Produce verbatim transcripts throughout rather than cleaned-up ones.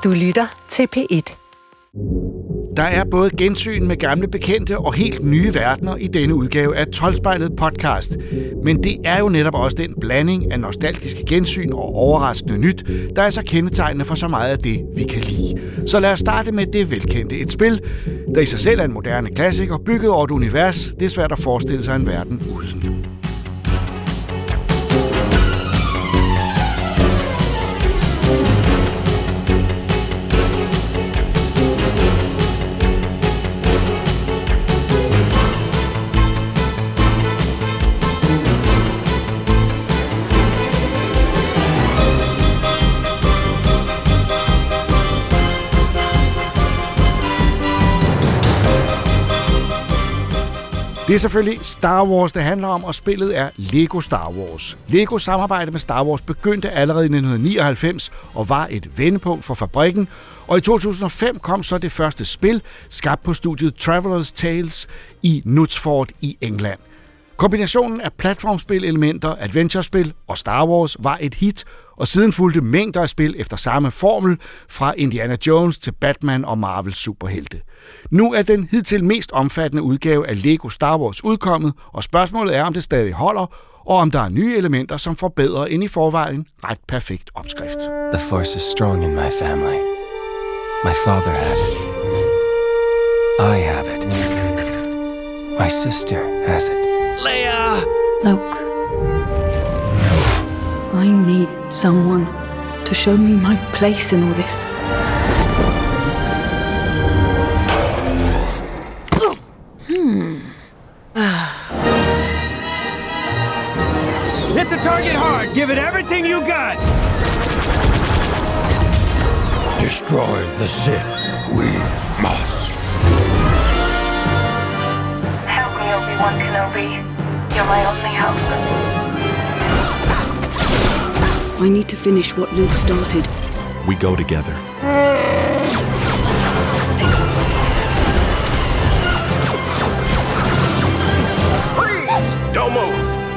Du lytter til P et. Der er både gensyn med gamle bekendte og helt nye verdener i denne udgave af Troldspejlet podcast. Men det er jo netop også den blanding af nostalgiske gensyn og overraskende nyt, der er så kendetegnende for så meget af det, vi kan lide. Så lad os starte med det velkendte. Et spil, der i sig selv er en moderne klassiker, bygget over et univers. Det er svært at forestille sig en verden uden. Det er selvfølgelig Star Wars, det handler om, og spillet er Lego Star Wars. Legos samarbejde med Star Wars begyndte allerede i nitten nioghalvfems og var et vendepunkt for fabrikken, og i to tusind og fem kom så det første spil, skabt på studiet Traveller's Tales i Knutsford i England. Kombinationen af platformspil-elementer, adventurespil og Star Wars var et hit, og siden fulgte mængder af spil efter samme formel, fra Indiana Jones til Batman og Marvels superhelte. Nu er den hidtil mest omfattende udgave af Lego Star Wars udkommet, og spørgsmålet er, om det stadig holder, og om der er nye elementer, som forbedrer en i forvejen ret perfekt opskrift. The Force is strong in my family. My father has it. I have it. My sister has it. Leia! Luke, I need someone to show me my place in all this. Hmm. Hit the target hard! Give it everything you got! Destroy the Sith. We must. Help me, Obi-Wan Kenobi. You're my only hope. I need to finish what Luke started. We go together. Don't move!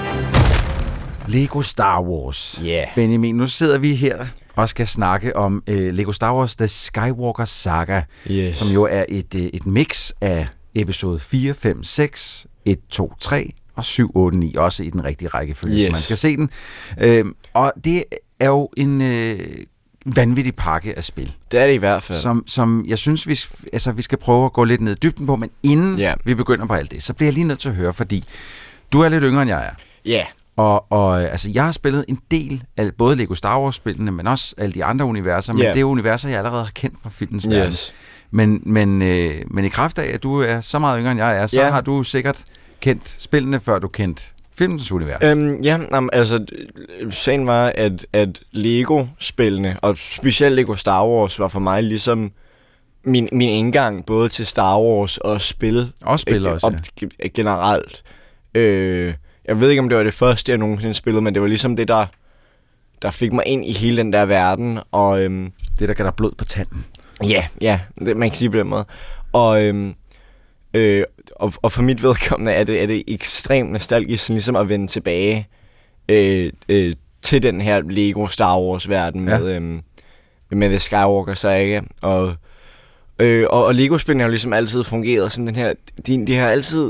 Lego Star Wars. Yeah. Benjamin, nu sidder vi her og skal snakke om uh, Lego Star Wars The Skywalker Saga, Yes. som jo er et, uh, et mix af episode fire, fem, seks, et, to, tre og syv, otte, ni, også i den rigtige rækkefølge, Yes. så man skal se den. Uh, og det er jo en uh, vanvittig pakke af spil, Det er det i hvert fald. som, som jeg synes, vi, altså, vi skal prøve at gå lidt ned i dybden på, men inden Ja. vi begynder på alt det, så bliver jeg lige nødt til at høre, fordi du er lidt yngre, end jeg er. Ja. Yeah. Og, og altså, jeg har spillet en del af både Lego Star Wars-spillene, men også alle de andre universer, men Yeah. det er universer, jeg allerede har kendt fra filmens verden. Yes. Men, men, øh, men i kraft af, at du er så meget yngre, end jeg er, så Ja. har du sikkert kendt spillene, før du kendte filmens univers. Øhm, ja, jamen, altså, sagen var, at, at Lego-spillene, og specielt Lego Star Wars, var for mig ligesom min, min indgang både til Star Wars og spil. Og spil øh, også, og ja. generelt. Øh, jeg ved ikke, om det var det første, jeg nogensinde spillede, men det var ligesom det, der, der fik mig ind i hele den der verden. Og, øhm, Det, der gav dig blod på tanden. ja, ja, det, man kan sige på den måde. Og, øhm, øh, og, og for mit vedkommende er det, er det ekstremt nostalgisk sådan ligesom at vende tilbage øh, øh, til den her Lego Star Wars verden med, Ja. øhm, med The Skywalker saga. Og, øh, og, og Lego-spillene har jo ligesom altid fungeret som den her, de, de har altid,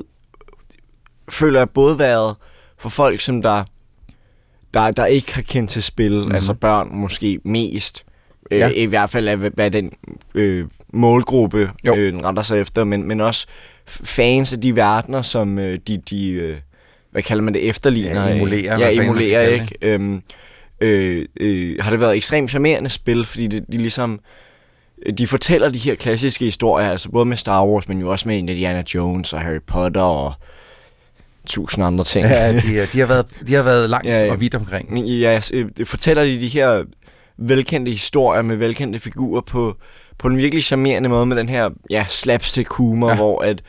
føler jeg, både været for folk, som der, der, der ikke har kendt til spil, mm-hmm. altså børn måske mest, øh, Ja. i hvert fald af, hvad den øh, målgruppe Jo. øh, den retter sig efter, men, men også f- fans af de verdener, som øh, de, de øh, hvad kalder man det, efterligner. Ja, af. emulerer, hvad Ja, fanden man skal emulerer, kalde ikke? Øhm, øh, øh, har det været ekstremt charmerende spil, fordi det, de ligesom, de fortæller de her klassiske historier, altså både med Star Wars, men jo også med Indiana Jones og Harry Potter og tusind andre ting. Ja, de, de, har, været, de har været langt Ja, ja. og vidt omkring. Men ja, øh, det fortæller de de her velkendte historier med velkendte figurer på, på en virkelig charmerende måde med den her ja, slapstick humor, Ja. ja. hvor at,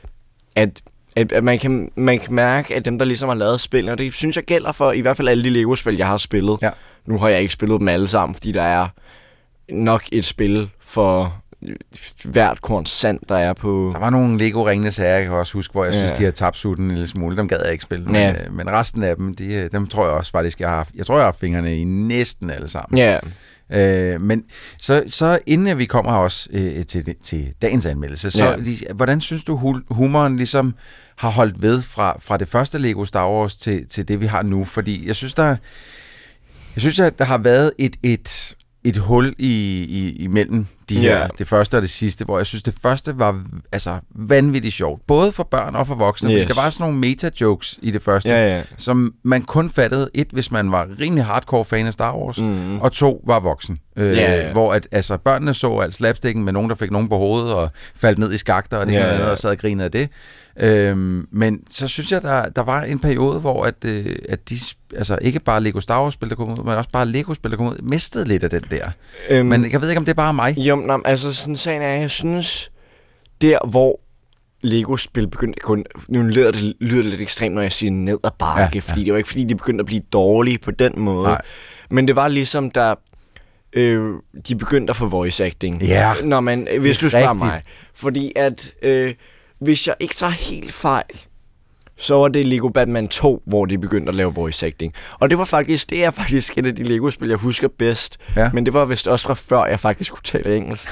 at, at, at man, kan, man kan mærke, at dem, der ligesom har lavet spil, og det synes jeg gælder for i hvert fald alle de Lego-spil, jeg har spillet. Ja. Nu har jeg ikke spillet dem alle sammen, fordi der er nok et spil for hvert korn sand, der er på... Der var nogle Lego-ringende sager, jeg kan også huske, hvor jeg Ja. synes, de har tabt sutten en lille smule. Dem gad jeg ikke spille. Men, Ja. øh, men resten af dem, de, dem tror jeg også faktisk, jeg har haft, jeg tror, jeg har haft fingrene i næsten alle sammen. Ja, Øh, men så, så inden vi kommer også øh, til, til dagens anmeldelse, så Ja. lige, hvordan synes du, hu- humoren ligesom har holdt ved fra, fra det første Lego Star Wars til, til det, vi har nu? Fordi jeg synes, der, jeg synes, at der har været et, et, et hul i, i, imellem de her, Ja. det første og det sidste, hvor jeg synes, det første var altså vanvittigt sjovt. Både for børn og for voksne. Yes. Fordi der var sådan nogle meta-jokes i det første, Ja, ja. som man kun fattede, et, hvis man var rimelig hardcore fan af Star Wars, mm. og to, var voksen. Øh, Ja, ja. Hvor at, altså, børnene så alt slapsticken med nogen, der fik nogen på hovedet og faldt ned i skakter, og det Ja, ja, ja. ja. og sad og grinede af det. Øhm, men så synes jeg, der, der var en periode, hvor at, øh, at de, altså ikke bare Lego Star Wars-spil, der kom ud, men også bare Lego-spil, der kom ud, mistede lidt af den der. Øhm, Men jeg ved ikke, om det er bare mig. Jo, nej, altså sådan sagen er, jeg synes, der hvor Lego-spil begyndte kun, nu lyder det, lyder det lidt ekstremt, når jeg siger ned ad bakke, Ja, ja, ja. fordi det var ikke fordi, de begyndte at blive dårlige på den måde. Nej. Men det var ligesom, der øh, de begyndte at få voice acting. Ja, når man, hvis det er du spørger rigtigt. mig. Fordi at, øh, hvis jeg ikke tager helt fejl, så var det Lego Batman to, hvor de begyndte at lave voice acting. Og det var faktisk, det er faktisk et af de Lego-spil, jeg husker bedst. Ja. Men det var vist også fra før, jeg faktisk kunne tale engelsk.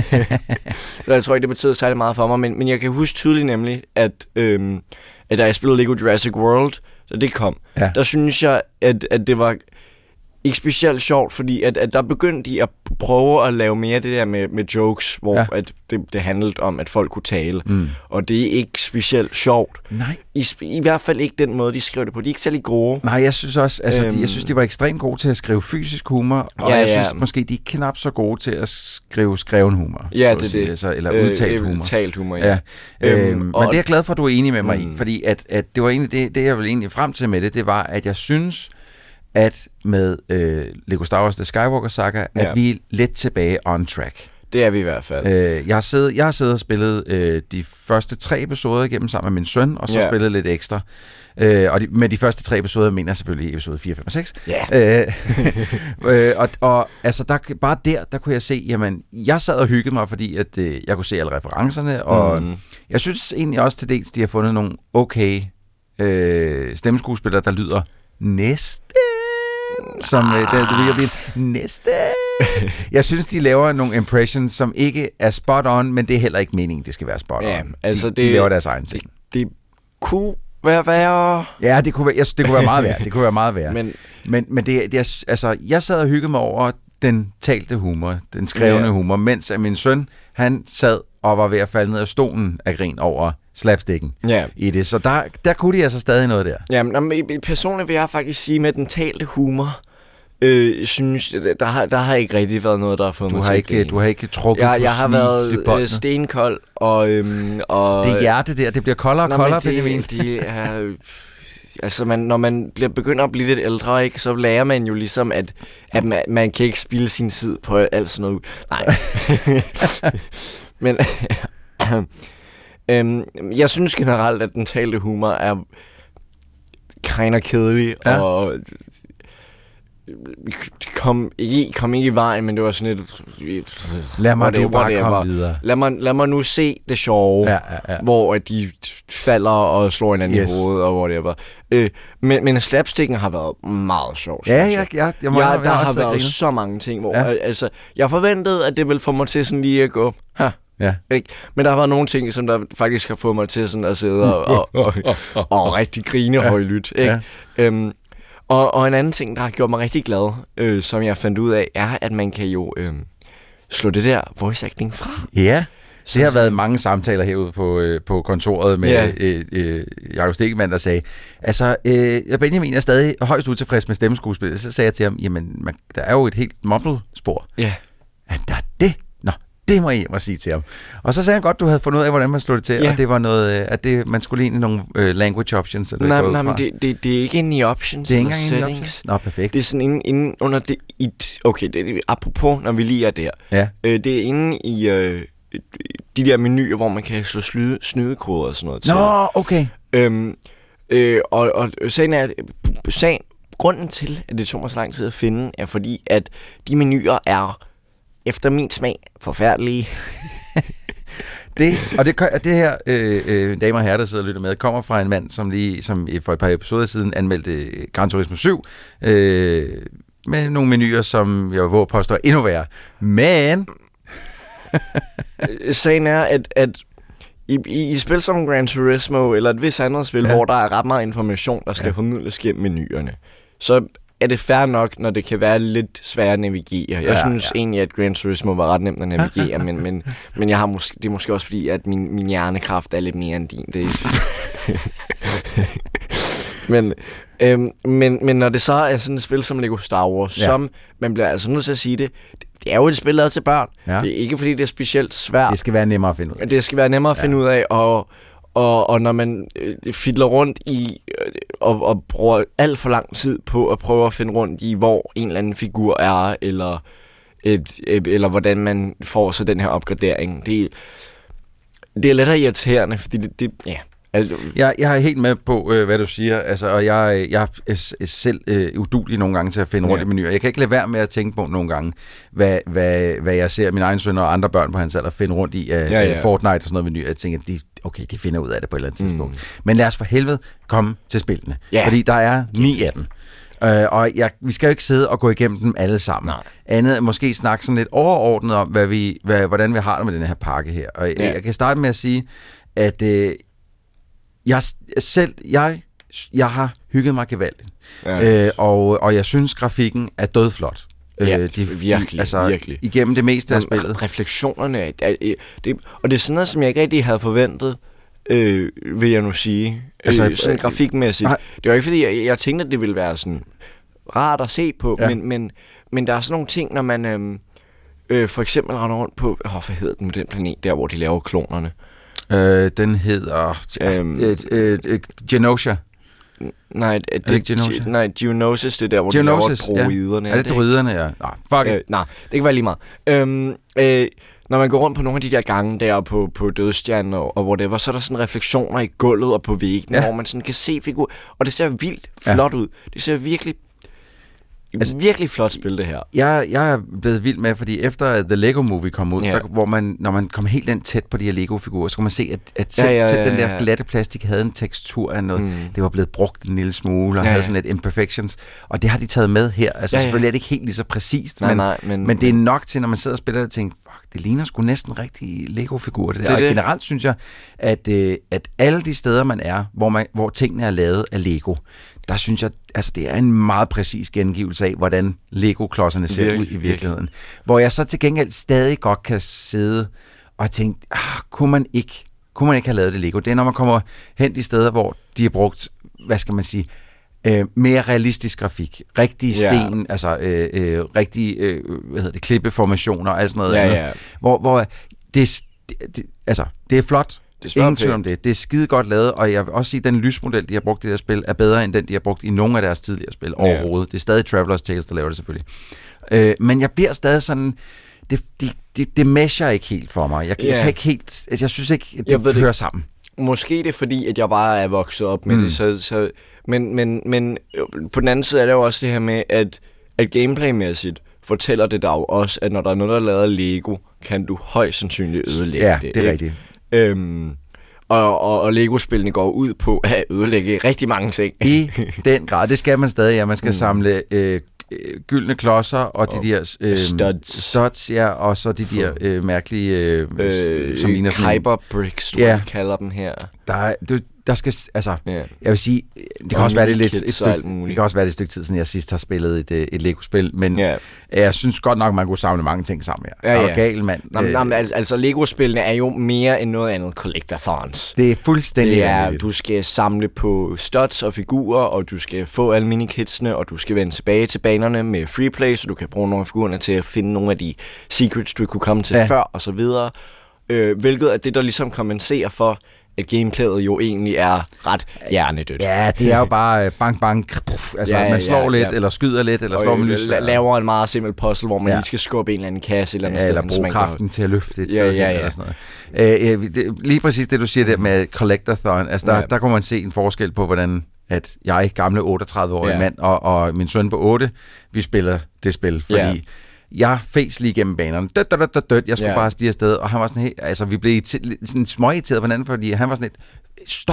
Så jeg tror ikke, det betød særlig meget for mig. Men, men jeg kan huske tydeligt nemlig, at, øhm, at da jeg spillede Lego Jurassic World, så det kom, Ja. der synes jeg, at, at det var ikke specielt sjovt, fordi at, at der begyndte de at prøve at lave mere det der med, med jokes, hvor Ja. ja. at det, det handlede om, at folk kunne tale. Mm. Og det er ikke specielt sjovt. Nej. I, sp- I hvert fald ikke den måde, de skrev det på. De er ikke særlig gode. Nej, jeg synes også, altså, øhm, de, jeg Øhm. synes, de var ekstremt gode til at skrive fysisk humor, og Ja, jeg ja. synes måske, de er knap så gode til at skrive skreven humor. Ja, så at det er sige, det. Altså, eller udtalt Øh, humor. Talt humor, Ja. ja. Øhm, Øhm, men og- det er jeg glad for, at du er enig med mig mm. i, Mm. fordi at, at det var egentlig det, det, jeg ville egentlig frem til med det, det var, at jeg synes, at med øh, Lego Star Wars The Skywalker Saga, ja. Ja. at vi er lidt tilbage on track. Det er vi i hvert fald. Øh, jeg, har siddet, jeg har siddet og spillet øh, de første tre episoder igennem sammen med min søn, og så Ja. spillet lidt ekstra. Øh, og de, med de første tre episoder mener jeg selvfølgelig episode fire, fem og seks. Ja. Øh, øh, og, og altså der, bare der, der kunne jeg se, jamen, jeg sad og hyggede mig, fordi at, øh, jeg kunne se alle referencerne, og Mm. jeg synes egentlig også til dels, de har fundet nogle okay øh, stemmeskuespillere, der lyder næsten som øh, det, det, det, det, næsten. Jeg synes, de laver nogle impressions, som ikke er spot on, men det er heller ikke meningen, det skal være spot on. Ja, altså de, det- de laver deres egen ting. Det kunne være værre. Ja, det kunne være, jeg, synes, det kunne være meget værd. Det kunne være meget værd. Men Men, men det, det er, altså, jeg sad og hyggede mig over den talte humor, den skrevne Ja. humor, mens at min søn, han sad og var ved at falde ned af stolen af grin over slapsticken ja. i det. Så der, der kunne de altså stadig noget der. Jamen, jamen, personligt vil jeg faktisk sige, med den talte humor, øh, synes, der har, der har ikke rigtig været noget, der har fået Du mig har til at ikke, grine. du har ikke trukket jeg, på jeg har været øh, stenkold, og... Øhm, og Det hjerte der, det bliver koldere og Nå, koldere, men Benjamin. det, det er... øh, Altså, man, når man bliver, begynder at blive lidt ældre, ikke, så lærer man jo ligesom, at, at man, man kan ikke spilde sin tid på alt sådan noget. Nej. Men øhm, jeg synes generelt, at den talte humor er kinda kedelig, Ja. og kom ikke, kom ikke i vejen, men det var sådan lidt... Lad mig whatever, du bare whatever. komme videre. Lad mig, lad mig nu se det sjove, Ja, ja, ja. hvor at de falder og slår hinanden Yes. i hovedet og whatever. Øh, men, men slapsticken har været meget sjov, Ja, synes jeg, jeg, jeg, må, Ja, jeg, der jeg har også været grinet. så mange ting, hvor Ja. ja. altså, jeg forventede, at det ville få mig til sådan lige at gå, ha, Ja. ikke? Men der har været nogle ting, som der faktisk har fået mig til sådan at sidde og, og, og, og rigtig grine Ja. højlydt, ikke? Ja. Øhm, og, og en anden ting, der har gjort mig rigtig glad, øh, som jeg fandt ud af, er, at man kan jo øh, slå det der voice acting fra. Ja, det har været mange samtaler herude på, øh, på kontoret med Ja. øh, øh, Jakob Stikkelmann, der sagde, altså, øh, Benjamin er stadig højst utilfreds med stemmeskuespillet. Så sagde jeg til ham, jamen, man, der er jo et helt mobbelspor. Ja. Ja, der er det? Nå, det må jeg hjem og sige til ham. Og så sagde han godt, du havde fundet ud af, hvordan man slog det til, Ja. og det var noget, øh, at det, man skulle ind i nogle øh, language options. Eller Nej, gå ud nej, fra. men det, det, det er ikke inde i options. det er ikke eller engang inde i settings. options. Nå, perfekt. Det er sådan inde, inde under det... I, okay, det, det, apropos, når vi lige er der. Ja. Øh, det er inde i øh, de der menuer, hvor man kan slå slyde, snydekoder og sådan noget til. Nå, okay. Øhm, øh, og, og sagen er, at sagen, grunden til, at det tog mig så lang tid at finde, er fordi, at de menuer er, efter min smag, forfærdelige. Det, og det, det her, øh, øh, damer og herrer, der sidder og lytter med, kommer fra en mand, som lige som for et par episoder siden anmeldte Gran Turismo syv. Øh, med nogle menuer, som jeg våger påstå er endnu værre. Men... Sagen er, at, at i, i, i spil som Gran Turismo, eller et vis andet spil, ja. hvor der er ret meget information, der skal ja. formidles gennem menuerne, så er det fair nok, når det kan være lidt svært at navigere. Jeg ja, synes ja. egentlig, at Gran Turismo var ret nemt at navigere, men, men, men jeg har måske, det er måske også fordi, at min, min hjernekraft er lidt mere end din. Det er men, øhm, men, men når det så er sådan et spil som Lego Star Wars, ja. som man bliver altså nødt til at sige det, det er jo et spil lavet til børn. Ja. Det er ikke fordi, det er specielt svært. Det skal være nemmere at finde ud af. Det skal være nemmere at ja. finde ud af, og, og, og når man øh, fidler rundt i øh, og, og bruger alt for lang tid på at prøve at finde rundt i, hvor en eller anden figur er, eller, et, et, eller hvordan man får så den her opgradering, det, det er lettere irriterende, fordi det, det ja... Jeg, jeg er helt med på, øh, hvad du siger, altså, og jeg, jeg er selv øh, uduelig nogle gange til at finde rundt ja. i menuer. Jeg kan ikke lade være med at tænke på nogle gange, hvad, hvad, hvad jeg ser mine egne sønner og andre børn på hans alder finde rundt i af ja, ja. Fortnite og sådan noget menuer. Jeg tænker, de, okay, de finder ud af det på et eller andet mm. tidspunkt. Men lad os for helvede komme til spillene, ja. fordi der er ni af dem. Øh, og jeg, vi skal jo ikke sidde og gå igennem dem alle sammen. Nej. Andet måske snakke sådan lidt overordnet om, hvad vi, hvad, hvordan vi har det med den her pakke her. Og ja. jeg kan starte med at sige, at... Øh, Jeg selv, jeg, jeg har hygget mig gevaldigt, ja. øh, og, og jeg synes, grafikken er dødflot. Ja, øh, de, virkelig, altså, virkelig. Igennem det meste af spillet. Refleksionerne, er, er, det, og det er sådan noget, som jeg ikke rigtig havde forventet, øh, vil jeg nu sige. Altså, øh, sådan øh, grafikmæssigt. Nej. Det var ikke fordi, jeg, jeg tænkte, at det ville være sådan rart at se på, ja. men, men, men der er sådan nogle ting, når man øh, øh, for eksempel render rundt på, åh, hvad hedder den, den planet der, hvor de laver klonerne? Øh, den hedder øhm, øh, øh, øh, Geonosia. Nej, det, det, det Geonosia? Nej, Geonosis, det er der, hvor Geonosis, de laver droiderne. Ja. Er det droiderne, ja? Nej, fuck it. Øh, nej, det kan være lige meget. Øhm, øh, når man går rundt på nogle af de der gange der på, på Dødstjernen og, og whatever, så er der sådan refleksioner i gulvet og på væggene, ja. hvor man sådan kan se figurer, og det ser vildt flot ja. ud. Det ser virkelig Altså, virkelig flot spil, det her. Jeg, jeg er blevet vild med, fordi efter The Lego Movie kom ud, yeah. der, hvor man, når man kom helt ind tæt på de her Lego-figurer, så kunne man se, at, at selv, ja, ja, ja, selv den der ja. glatte plastik havde en tekstur af noget. Mm. Det var blevet brugt en lille smule, og ja, havde sådan lidt imperfections. Og det har de taget med her. Altså, ja, ja. selvfølgelig er det ikke helt lige så præcist, nej, men, nej, men, men det er nok til, når man sidder og spiller, og tænker, fuck, det ligner sgu næsten rigtige Lego-figurer. Det der. Det og det. Generelt synes jeg, at, øh, at alle de steder, man er, hvor, man, hvor tingene er lavet af Lego, der synes jeg, altså det er en meget præcis gengivelse af, hvordan Lego-klodserne ser Virke, ud i virkeligheden. Virkelig. Hvor jeg så til gengæld stadig godt kan sidde og tænke, ah, kunne man ikke, kunne man ikke have lavet det Lego? Det er, når man kommer hen de steder, hvor de har brugt, hvad skal man sige, øh, mere realistisk grafik. Rigtige sten, yeah. altså øh, øh, rigtige, øh, hvad hedder det, klippeformationer og alt sådan noget. Ja, andet, ja. Hvor, hvor det, det, det, altså, det er flot. Ingen tvivl om det. Det er skide godt lavet, og jeg vil også sige, at den lysmodel, de har brugt i det her spil, er bedre end den, de har brugt i nogle af deres tidligere spil ja. overhovedet. Det er stadig Traveler's Tales, der laver det selvfølgelig. Øh, men jeg bliver stadig sådan... Det, det, det, det mesher ikke helt for mig. Jeg, yeah. jeg kan ikke helt... Jeg synes ikke, at det hører det. sammen. Måske det er fordi, at jeg bare er vokset op med mm. det. Så, så, men, men, men på den anden side er det jo også det her med, at, at gameplaymæssigt fortæller det dig jo også, at når der er noget, der er lavet af Lego, kan du højst sandsynligt ødelægge ja, det. det er rigtigt. Øhm, og, og, og Lego-spillene går ud på at ødelægge rigtig mange ting. I den grad. Det skal man stadig, ja. Man skal mm. samle øh, gyldne klodser og, og de der øh, studs. studs, ja, og så de der øh, mærkelige, øh, øh, som ligner sådan Kyber bricks, du ja. kalder dem her. Der, du, der skal, altså, yeah. jeg vil sige, det kan, også være, det, er lidt, et stykke, det kan også være det et stykke tid siden, jeg sidst har spillet et, et Lego-spil, men yeah. jeg synes godt nok, man kunne samle mange ting sammen her. Ja, ja. Og gal, mand. Nå, nå, altså, altså, Lego-spillene er jo mere end noget andet collectathons. Det er fuldstændig det er, du skal samle på studs og figurer, og du skal få alle minikitsene, og du skal vende tilbage til banerne med freeplay, så du kan bruge nogle af figurerne til at finde nogle af de secrets, du kunne komme til ja. før, og så videre. Øh, hvilket er det, der ligesom kompenserer for, at gameplayet jo egentlig er ret hjernedødt. Ja, det er jo bare bang, bang, puff, altså ja, man slår ja, lidt, ja. eller skyder lidt, eller og slår med lys. Laver en meget simpel puzzle, hvor man ja. lige skal skubbe en eller anden kasse eller andet ja, sted. Eller bruge kraften til at løfte et ja, sted. Ja, ja, ja. Eller sådan noget. Øh, det, lige præcis det, du siger der med collectathon, altså der, ja. der kunne man se en forskel på, hvordan at jeg, gamle otteogtredive-årige ja. mand, og, og min søn på otte, vi spiller det spil, fordi... Ja. Jeg fæs lige gennem banerne. Død, død, død, død. Jeg skulle yeah. bare stige afsted, og han var sådan helt... Altså, vi blev sådan småirriteret på hinanden, fordi han var sådan lidt... Stop!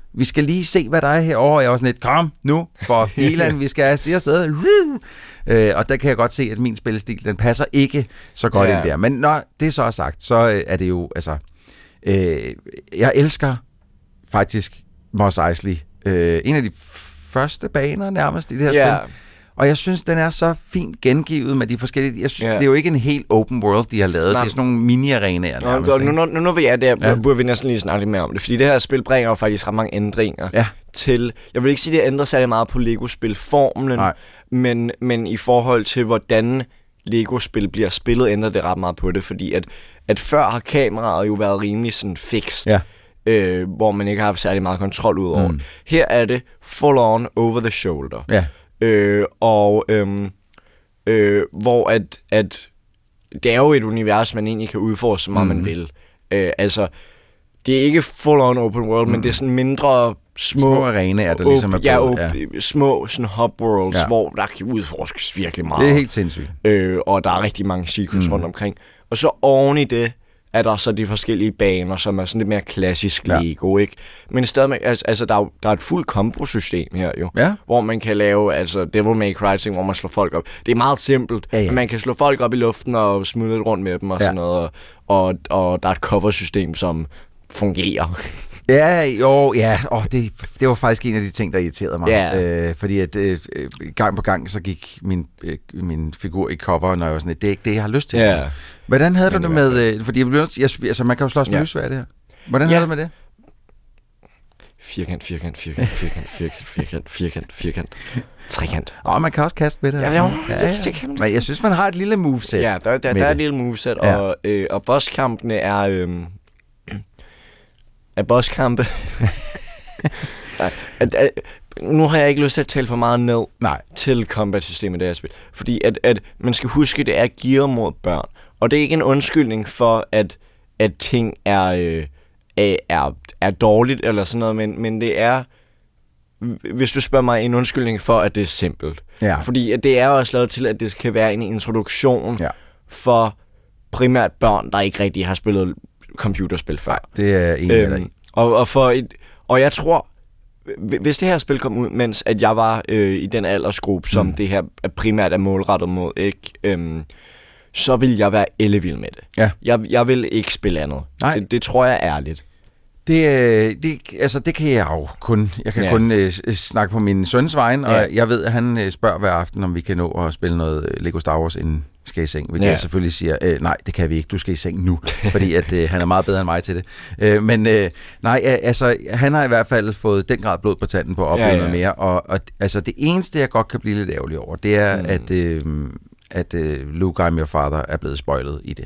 Vi skal lige se, hvad der er herovre. Og jeg var sådan lidt, kom nu, for filan, vi skal afsted afsted. Øh, og der kan jeg godt se, at min spillestil, den passer ikke så godt ja. ind der. Men når det så er sagt, så øh, er det jo, altså... Øh, jeg elsker faktisk Mos Eisley. Øh, en af de første baner nærmest i det her yeah. spil. Og jeg synes, den er så fint gengivet med de forskellige... Jeg synes, yeah. det er jo ikke en helt open world, de har lavet. Nej. Det er sådan nogle mini-arenaer nærmest. Og nu, nu, nu, nu vil jeg der, ja. burde vi næsten lige snakke lidt mere om det. Fordi det her spil bringer jo faktisk ret mange ændringer ja. til... Jeg vil ikke sige, at det ændrer særlig meget på Lego-spil-formlen, men, men i forhold til, hvordan Lego-spil bliver spillet, ændrer det ret meget på det. Fordi at, at før har kameraet jo været rimelig sådan fixed. Ja. Øh, hvor man ikke har haft særlig meget kontrol ud over. Mm. Her er det full on over the shoulder. Ja. Øh, og øhm, øh, hvor at, at det er jo et univers, man egentlig kan udforske, så meget mm. man vil. Øh, altså, det er ikke full on open world, mm. men det er sådan mindre små... Små arenaer, der ligesom er ja, op, ja, små sådan hub worlds, ja. hvor der kan udforskes virkelig meget. Det er helt sindssygt. Øh, og der er rigtig mange secrets mm. rundt omkring. Og så oven i det, er der så de forskellige baner, som er sådan lidt mere klassisk ja. Lego, ikke? Men stadig, altså, altså der, er, der er et fuldt combo-system her jo, ja. hvor man kan lave, altså Devil May Cry, hvor man slår folk op. Det er meget simpelt, ja, ja. men man kan slå folk op i luften og smide lidt rundt med dem og ja. sådan noget, og, og der er et cover-system, som fungerer. Ja, jo, ja, åh, det, det var faktisk en af de ting, der irriterede mig. Yeah. Øh, fordi at øh, gang på gang, så gik min, øh, min figur i cover, når jeg var sådan, det er ikke det, jeg har lyst til. Yeah. Hvordan havde men du det med, øh, fordi jeg, jeg, altså, man kan jo slås med yeah. lysværd det her. Hvordan yeah. havde du med det? Firkant, firkant, firkant, firkant, firkant, firkant, firkant, firkant, trekant. Og man kan også kaste med det. Ja, ja, ja, ja. Men jeg synes, man har et lille moveset. Ja, der, der, der er et lille moveset, ja. og, øh, og bosskampene er... Øh, af bosskampe. at, at, nu har jeg ikke lyst til at tale for meget ned Nej. til combat-systemet i det her spil. Fordi at, at man skal huske, at det er gear mod børn. Og det er ikke en undskyldning for, at, at ting er, øh, er, er dårligt eller sådan noget, men, men det er, hvis du spørger mig, en undskyldning for, at det er simpelt. Ja. Fordi at det er også lavet til, at det kan være en introduktion ja. for primært børn, der ikke rigtig har spillet computerspil før. Nej, det er en øhm, og, og, for et, og jeg tror, hvis det her spil kom ud, mens at jeg var øh, i den aldersgruppe, som mm. det her primært er målrettet mod, ikke, øhm, så vil jeg være ellevild med det. Ja. Jeg, jeg vil ikke spille andet. Nej. Det, det tror jeg er ærligt. Det, det, altså, det kan jeg jo kun. Jeg kan ja. kun øh, snakke på min søns vejen, og ja. jeg ved, at han øh, spørger hver aften, om vi kan nå at spille noget Lego Star Wars, inden skal i seng. Vi kan ja. selvfølgelig sige, øh, nej, det kan vi ikke, du skal i seng nu, fordi at, øh, han er meget bedre end mig til det. Øh, men øh, nej, altså, han har i hvert fald fået den grad blod på tanden på at opleve ja, ja. noget mere, og, og altså, det eneste, jeg godt kan blive lidt ærgerlig over, det er, mm. at, øh, at øh, Luke, I'm your father er blevet spoilet i det.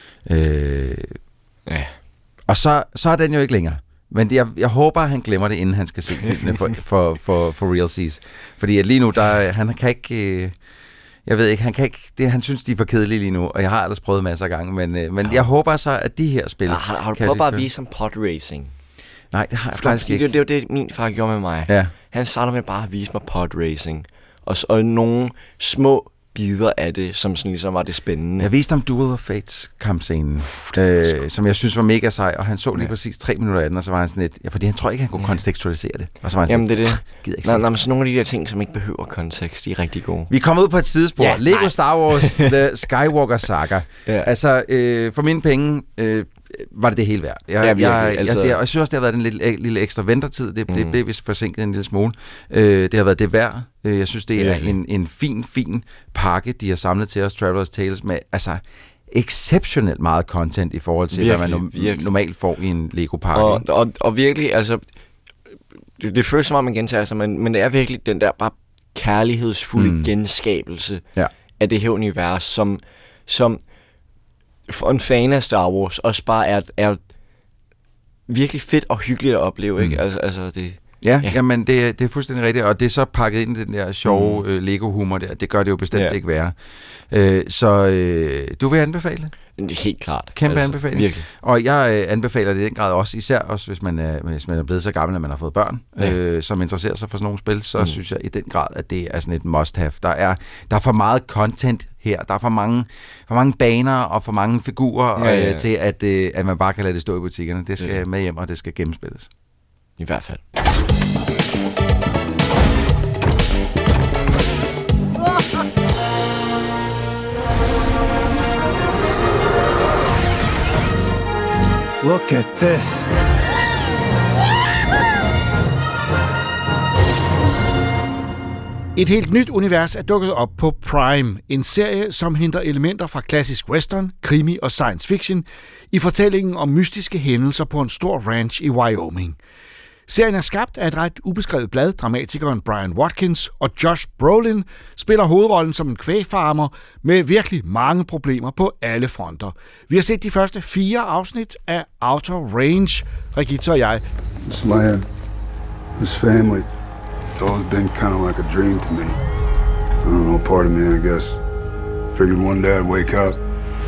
Øh, ja. Og så, så er den jo ikke længere. Men det, jeg, jeg håber, at han glemmer det, inden han skal se filmene for, for, for, for realsies. Fordi at lige nu, der, han kan ikke... Øh, jeg ved ikke, han kan ikke... Det, han synes, de er for kedelige lige nu, og jeg har ellers prøvet masser af gange, men, øh, men ja. jeg håber så, at de her spil... Ja, har, har du prøvet bare at vise ham pod racing? Nej, det har jeg faktisk det, ikke. Det, det var det, min far gjorde med mig. Ja. Han startede med bare at vise mig pod racing. Og, og nogle små bidder af det, som sådan ligesom var det spændende. Jeg viste ham Duel of Fates kampscenen, øh, som jeg synes var mega sej, og han så lige ja. præcis tre minutter af den, og så var han sådan lidt, ja, fordi han tror ikke, han kunne ja. kontekstualisere det. Og så var han Jamen sådan, det er det. Gider ikke nej, nej, men så nogle af de der ting, som ikke behøver kontekst, de er rigtig gode. Vi kommer ud på et sidespor. Ja, Lego nej. Star Wars The Skywalker Saga. Ja. Altså, øh, for mine penge... Øh, var det det hele værd. Jeg, ja, virkelig, jeg, jeg, altså... jeg, jeg synes også, det har været en lille, lille ekstra ventetid. Det, mm. det blev vist forsinket en lille smule. Øh, det har været det værd. Jeg synes, det er ja, en, en fin, fin pakke, de har samlet til os, Traveler's Tales, med altså exceptionelt meget content i forhold til, virkelig, hvad man no- normalt får i en Lego-pakke. Og, og, og virkelig, altså, det, det føles som om, man gentager sig, men, men det er virkelig den der bare kærlighedsfulde mm. genskabelse ja. af det her univers, som... som for en fan af Star Wars også bare er, er virkelig fedt og hyggeligt at opleve, ikke? Mm. Altså, altså det... Ja, ja. Jamen det, det er fuldstændig rigtigt, og det er så pakket ind i den der sjove mm. uh, Lego-humor der. Det gør det jo bestemt ja. ikke værre. Uh, så uh, du vil anbefale det? Helt klart. Kæmpe altså, anbefaling. Virkelig. Og jeg uh, anbefaler det i den grad også, især også hvis man, uh, hvis man er blevet så gammel, at man har fået børn, ja. uh, som interesserer sig for sådan nogle spil, så mm. synes jeg i den grad, at det er sådan et must-have. Der er, der er for meget content her. Der er for mange, for mange baner og for mange figurer ja, ja, ja. Uh, til, at, uh, at man bare kan lade det stå i butikkerne. Det skal ja. med hjem, og det skal gennemspilles. I hvert fald. Look at this. Et helt nyt univers er dukket op på Prime, en serie, som henter elementer fra klassisk western, krimi og science fiction i fortællingen om mystiske hændelser på en stor ranch i Wyoming. Serien er skabt af et ret ubeskrevet blad, dramatikeren Brian Watkins, og Josh Brolin spiller hovedrollen som en kvægfarmer med virkelig mange problemer på alle fronter. Vi har set de første fire afsnit af Outer Range, Regitze og jeg. This land, this family, it's always been kind of like a dream to me. I don't know, part of me, I guess, figured one day I'd wake up.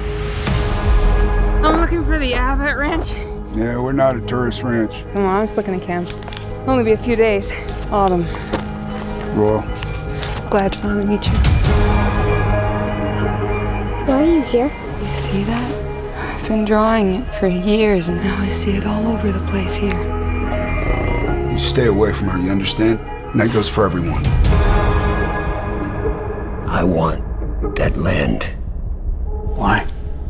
I'm looking for the Abbott Ranch. Yeah, we're not a tourist ranch. Come on, I was looking at camp. Only be a few days. Autumn. Royal. Glad to finally meet you. Why are you here? You see that? I've been drawing it for years, and now I see it all over the place here. You stay away from her, you understand? And that goes for everyone. I want that land. Why?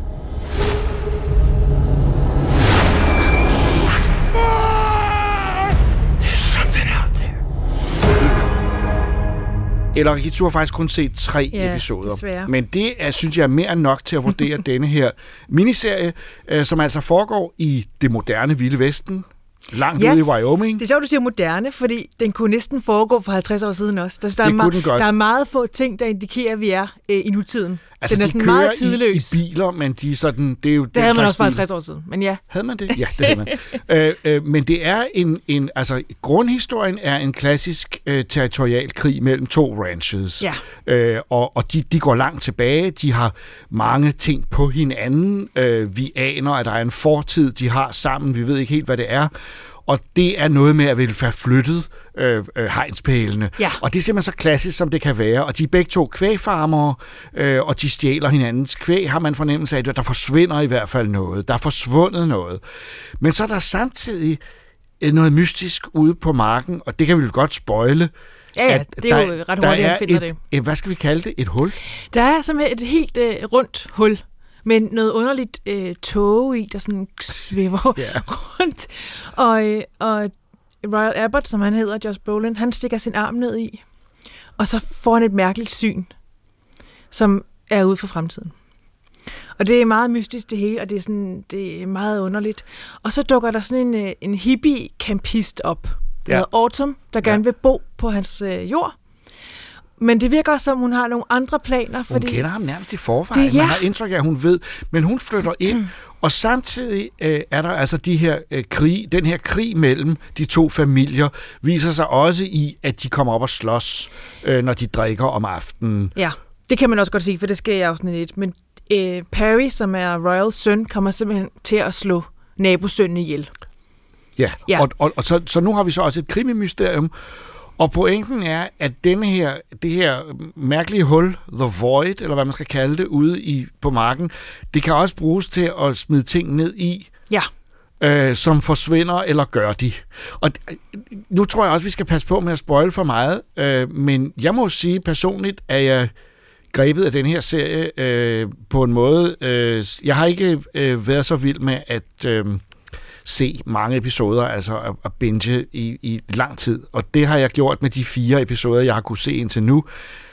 Eller Regitze har faktisk kun set tre ja, episoder. Desværre. Men det er, synes jeg er mere end nok til at vurdere denne her miniserie, øh, som altså foregår i det moderne Vilde Vesten, langt ja, ude i Wyoming. Det er sjovt, du siger moderne, fordi den kunne næsten foregå for halvtreds år siden også. Der, der, er, ma- der er meget få ting, der indikerer, at vi er øh, i nutiden. Altså, den er de sådan kører meget tidløs. I, i biler, men de er sådan... Det, er jo det havde man også for halvtreds år siden, men ja. Havde man det? Ja, det havde man. øh, øh, men det er en, en... Altså, grundhistorien er en klassisk øh, territorial krig mellem to ranches. Ja. Øh, og og de, de går langt tilbage. De har mange ting på hinanden. Øh, vi aner, at der er en fortid, de har sammen. Vi ved ikke helt, hvad det er. Og det er noget med at ville være flyttet øh, øh, hegnspælene. Ja. Og det er simpelthen så klassisk, som det kan være. Og de er begge to kvægfarmere, øh, og de stjæler hinandens kvæg, har man fornemmelse af, at der forsvinder i hvert fald noget. Der er forsvundet noget. Men så er der samtidig noget mystisk ude på marken, og det kan vi jo godt spoile. Ja, ja, det er jo der, ret hurtigt, at finde det. Et, hvad skal vi kalde det? Et hul? Der er simpelthen et helt øh, rundt hul. Men noget underligt øh, tåge i, der sådan svæver yeah. rundt. Og, øh, og Royal Abbott, som han hedder, Josh Brolin, han stikker sin arm ned i. Og så får han et mærkeligt syn, som er ude for fremtiden. Og det er meget mystisk det hele, og det er, sådan, det er meget underligt. Og så dukker der sådan en, en hippie-campist op, der hedder Autumn, der gerne ja. vil bo på hans øh, jord. Men det virker også, som hun har nogle andre planer. Fordi hun kender ham nærmest i forvejen. Det, ja. Man har indtryk af, at hun ved. Men hun flytter ind, og samtidig øh, er der altså de her øh, krig, den her krig mellem de to familier, viser sig også i, at de kommer op og slås, øh, når de drikker om aftenen. Ja, det kan man også godt sige, for det sker i afsnit et. Men øh, Perry, som er Royals søn, kommer simpelthen til at slå nabosønnen ihjel. Ja, ja. og, og, og så, så nu har vi så også et krimimysterium. Og pointen er, at denne her, det her mærkelige hul, The Void, eller hvad man skal kalde det, ude i, på marken, det kan også bruges til at smide ting ned i, ja. øh, som forsvinder, eller gør de. Og nu tror jeg også, vi skal passe på med at spoile for meget, øh, men jeg må sige personligt, at jeg grebet af den her serie øh, på en måde. Øh, jeg har ikke øh, været så vild med at... Øh, se mange episoder, altså at, at binge i, i lang tid. Og det har jeg gjort med de fire episoder, jeg har kunne se indtil nu.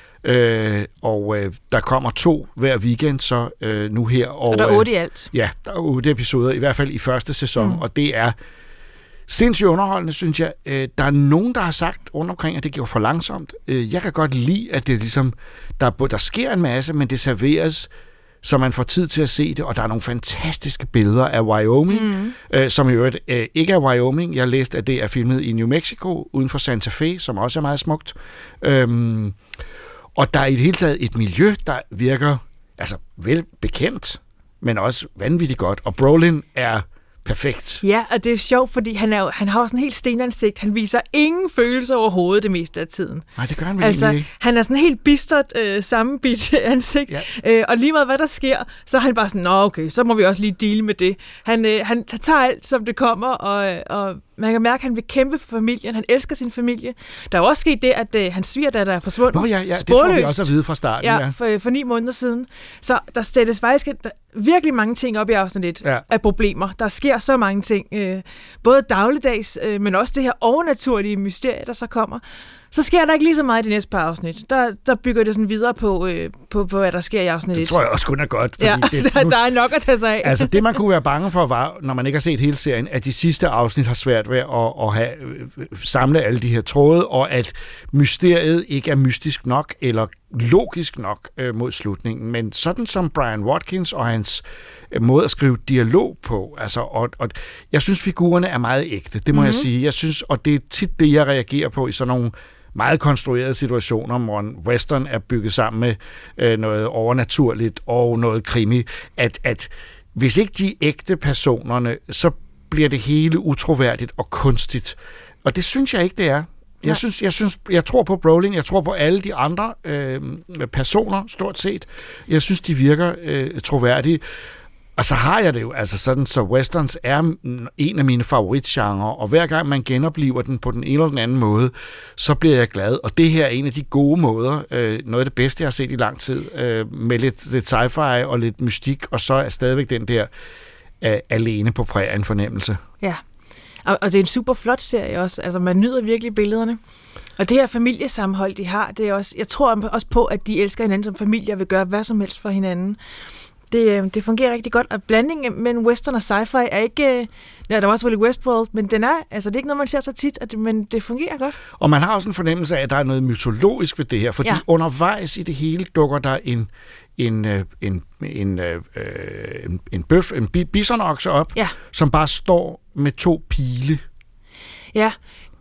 Øh, og øh, der kommer to hver weekend, så øh, nu her. Og, og der er otte i alt. Ja, der er otte episoder, i hvert fald i første sæson. Mm. Og det er sindssygt underholdende, synes jeg. Øh, der er nogen, der har sagt rundt omkring, at det går for langsomt. Øh, jeg kan godt lide, at det ligesom, der, der sker en masse, men det serveres så man får tid til at se det, og der er nogle fantastiske billeder af Wyoming, mm. øh, som i øvrigt øh, ikke er Wyoming. Jeg læste, at det er filmet i New Mexico, uden for Santa Fe, som også er meget smukt. Øhm, og der er i det hele taget et miljø, der virker altså vel bekendt, men også vanvittigt godt. Og Brolin er perfekt. Ja, og det er sjovt, fordi han, er jo, han har også en helt stenansigt. Han viser ingen følelser overhovedet det meste af tiden. Nej, det gør han vel altså, ikke. Han er sådan helt bistert øh, sammenbidt ansigt. Ja. Øh, og lige meget hvad der sker, så er han bare sådan, nå okay, så må vi også lige deale med det. Han, øh, han tager alt, som det kommer, og, og man kan mærke, at han vil kæmpe for familien. Han elsker sin familie. Der er også sket det, at øh, hans svigerdatter er forsvundet. Nå ja, ja, det får vi også at vide fra starten. Ja, ja. For, for ni måneder siden. Så der sættes faktisk der, virkelig mange ting op i afsnit et ja. af problemer. Der sker så mange ting. Øh, både dagligdags, øh, men også det her overnaturlige mysterie, der så kommer. Så sker der ikke lige så meget i de næste par afsnit. Der, der bygger det sådan videre på, øh, på, på, hvad der sker i afsnit et. Det tror jeg også kun er godt. Fordi ja, det, der, der er nok at tage sig af. Altså det, man kunne være bange for, var, når man ikke har set hele serien, at de sidste afsnit har svært ved at, at have, samle alle de her tråde, og at mysteriet ikke er mystisk nok, eller logisk nok øh, mod slutningen. Men sådan som Brian Watkins og hans måde at skrive dialog på, altså, og, og jeg synes, figurerne er meget ægte, det må mm-hmm. jeg sige. Jeg synes, og det er tit det, jeg reagerer på i sådan nogle meget konstruerede situationer, hvor en western er bygget sammen med øh, noget overnaturligt og noget krimi, at, at hvis ikke de er ægte personerne, så bliver det hele utroværdigt og kunstigt. Og det synes jeg ikke, det er. Jeg synes, jeg synes, jeg tror på Brolin, jeg tror på alle de andre øh, personer, stort set. Jeg synes, de virker øh, troværdige. Og så har jeg det jo, altså sådan, så westerns er en af mine favoritgenre, og hver gang man genoplever den på den ene eller den anden måde, så bliver jeg glad. Og det her er en af de gode måder, øh, noget af det bedste, jeg har set i lang tid, øh, med lidt, lidt sci-fi og lidt mystik, og så er stadigvæk den der øh, alene på prærien fornemmelse. Ja, og, og det er en super flot serie også, altså man nyder virkelig billederne. Og det her familiesammenhold, de har, det er også, jeg tror også på, at de elsker hinanden som familie og vil gøre hvad som helst for hinanden. Det, det fungerer rigtig godt, og blandingen mellem western og sci-fi er ikke... Ja, der var også selvfølgelig Westworld, men den er, altså, det er ikke noget, man ser så tit, at det, men det fungerer godt. Og man har også en fornemmelse af, at der er noget mytologisk ved det her, fordi ja. undervejs i det hele dukker der en, en, en, en, en, en, en bøf, en bisonokse op, ja. som bare står med to pile. Ja,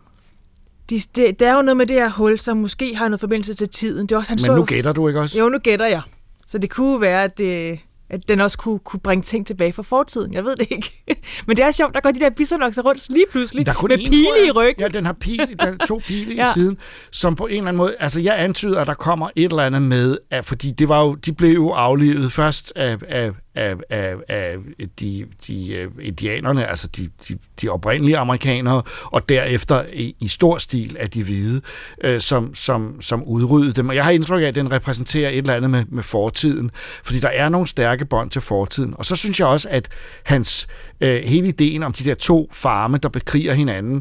De, det, der er jo noget med det her hul, som måske har noget forbindelse til tiden. Det er også, han men så, nu gætter du ikke også? Jo, nu gætter jeg. Så det kunne være, at, det, at den også kunne, kunne bringe ting tilbage fra fortiden. Jeg ved det ikke. Men det er sjovt, der går de der bisonokser rundt lige pludselig med en, pile i ryggen. Ja, den har pile, der er to pile ja. i siden, som på en eller anden måde... Altså, jeg antyder, at der kommer et eller andet med, at, fordi det var jo, de blev jo aflivet først af, af, af, af, af de, de indianerne, altså de, de, de oprindelige amerikanere, og derefter i, i stor stil af de hvide, øh, som, som, som udryddede dem. Og jeg har indtryk af, at den repræsenterer et eller andet med, med fortiden, fordi der er nogle stærke bånd til fortiden. Og så synes jeg også, at hans øh, hele ideen om de der to farme, der bekriger hinanden,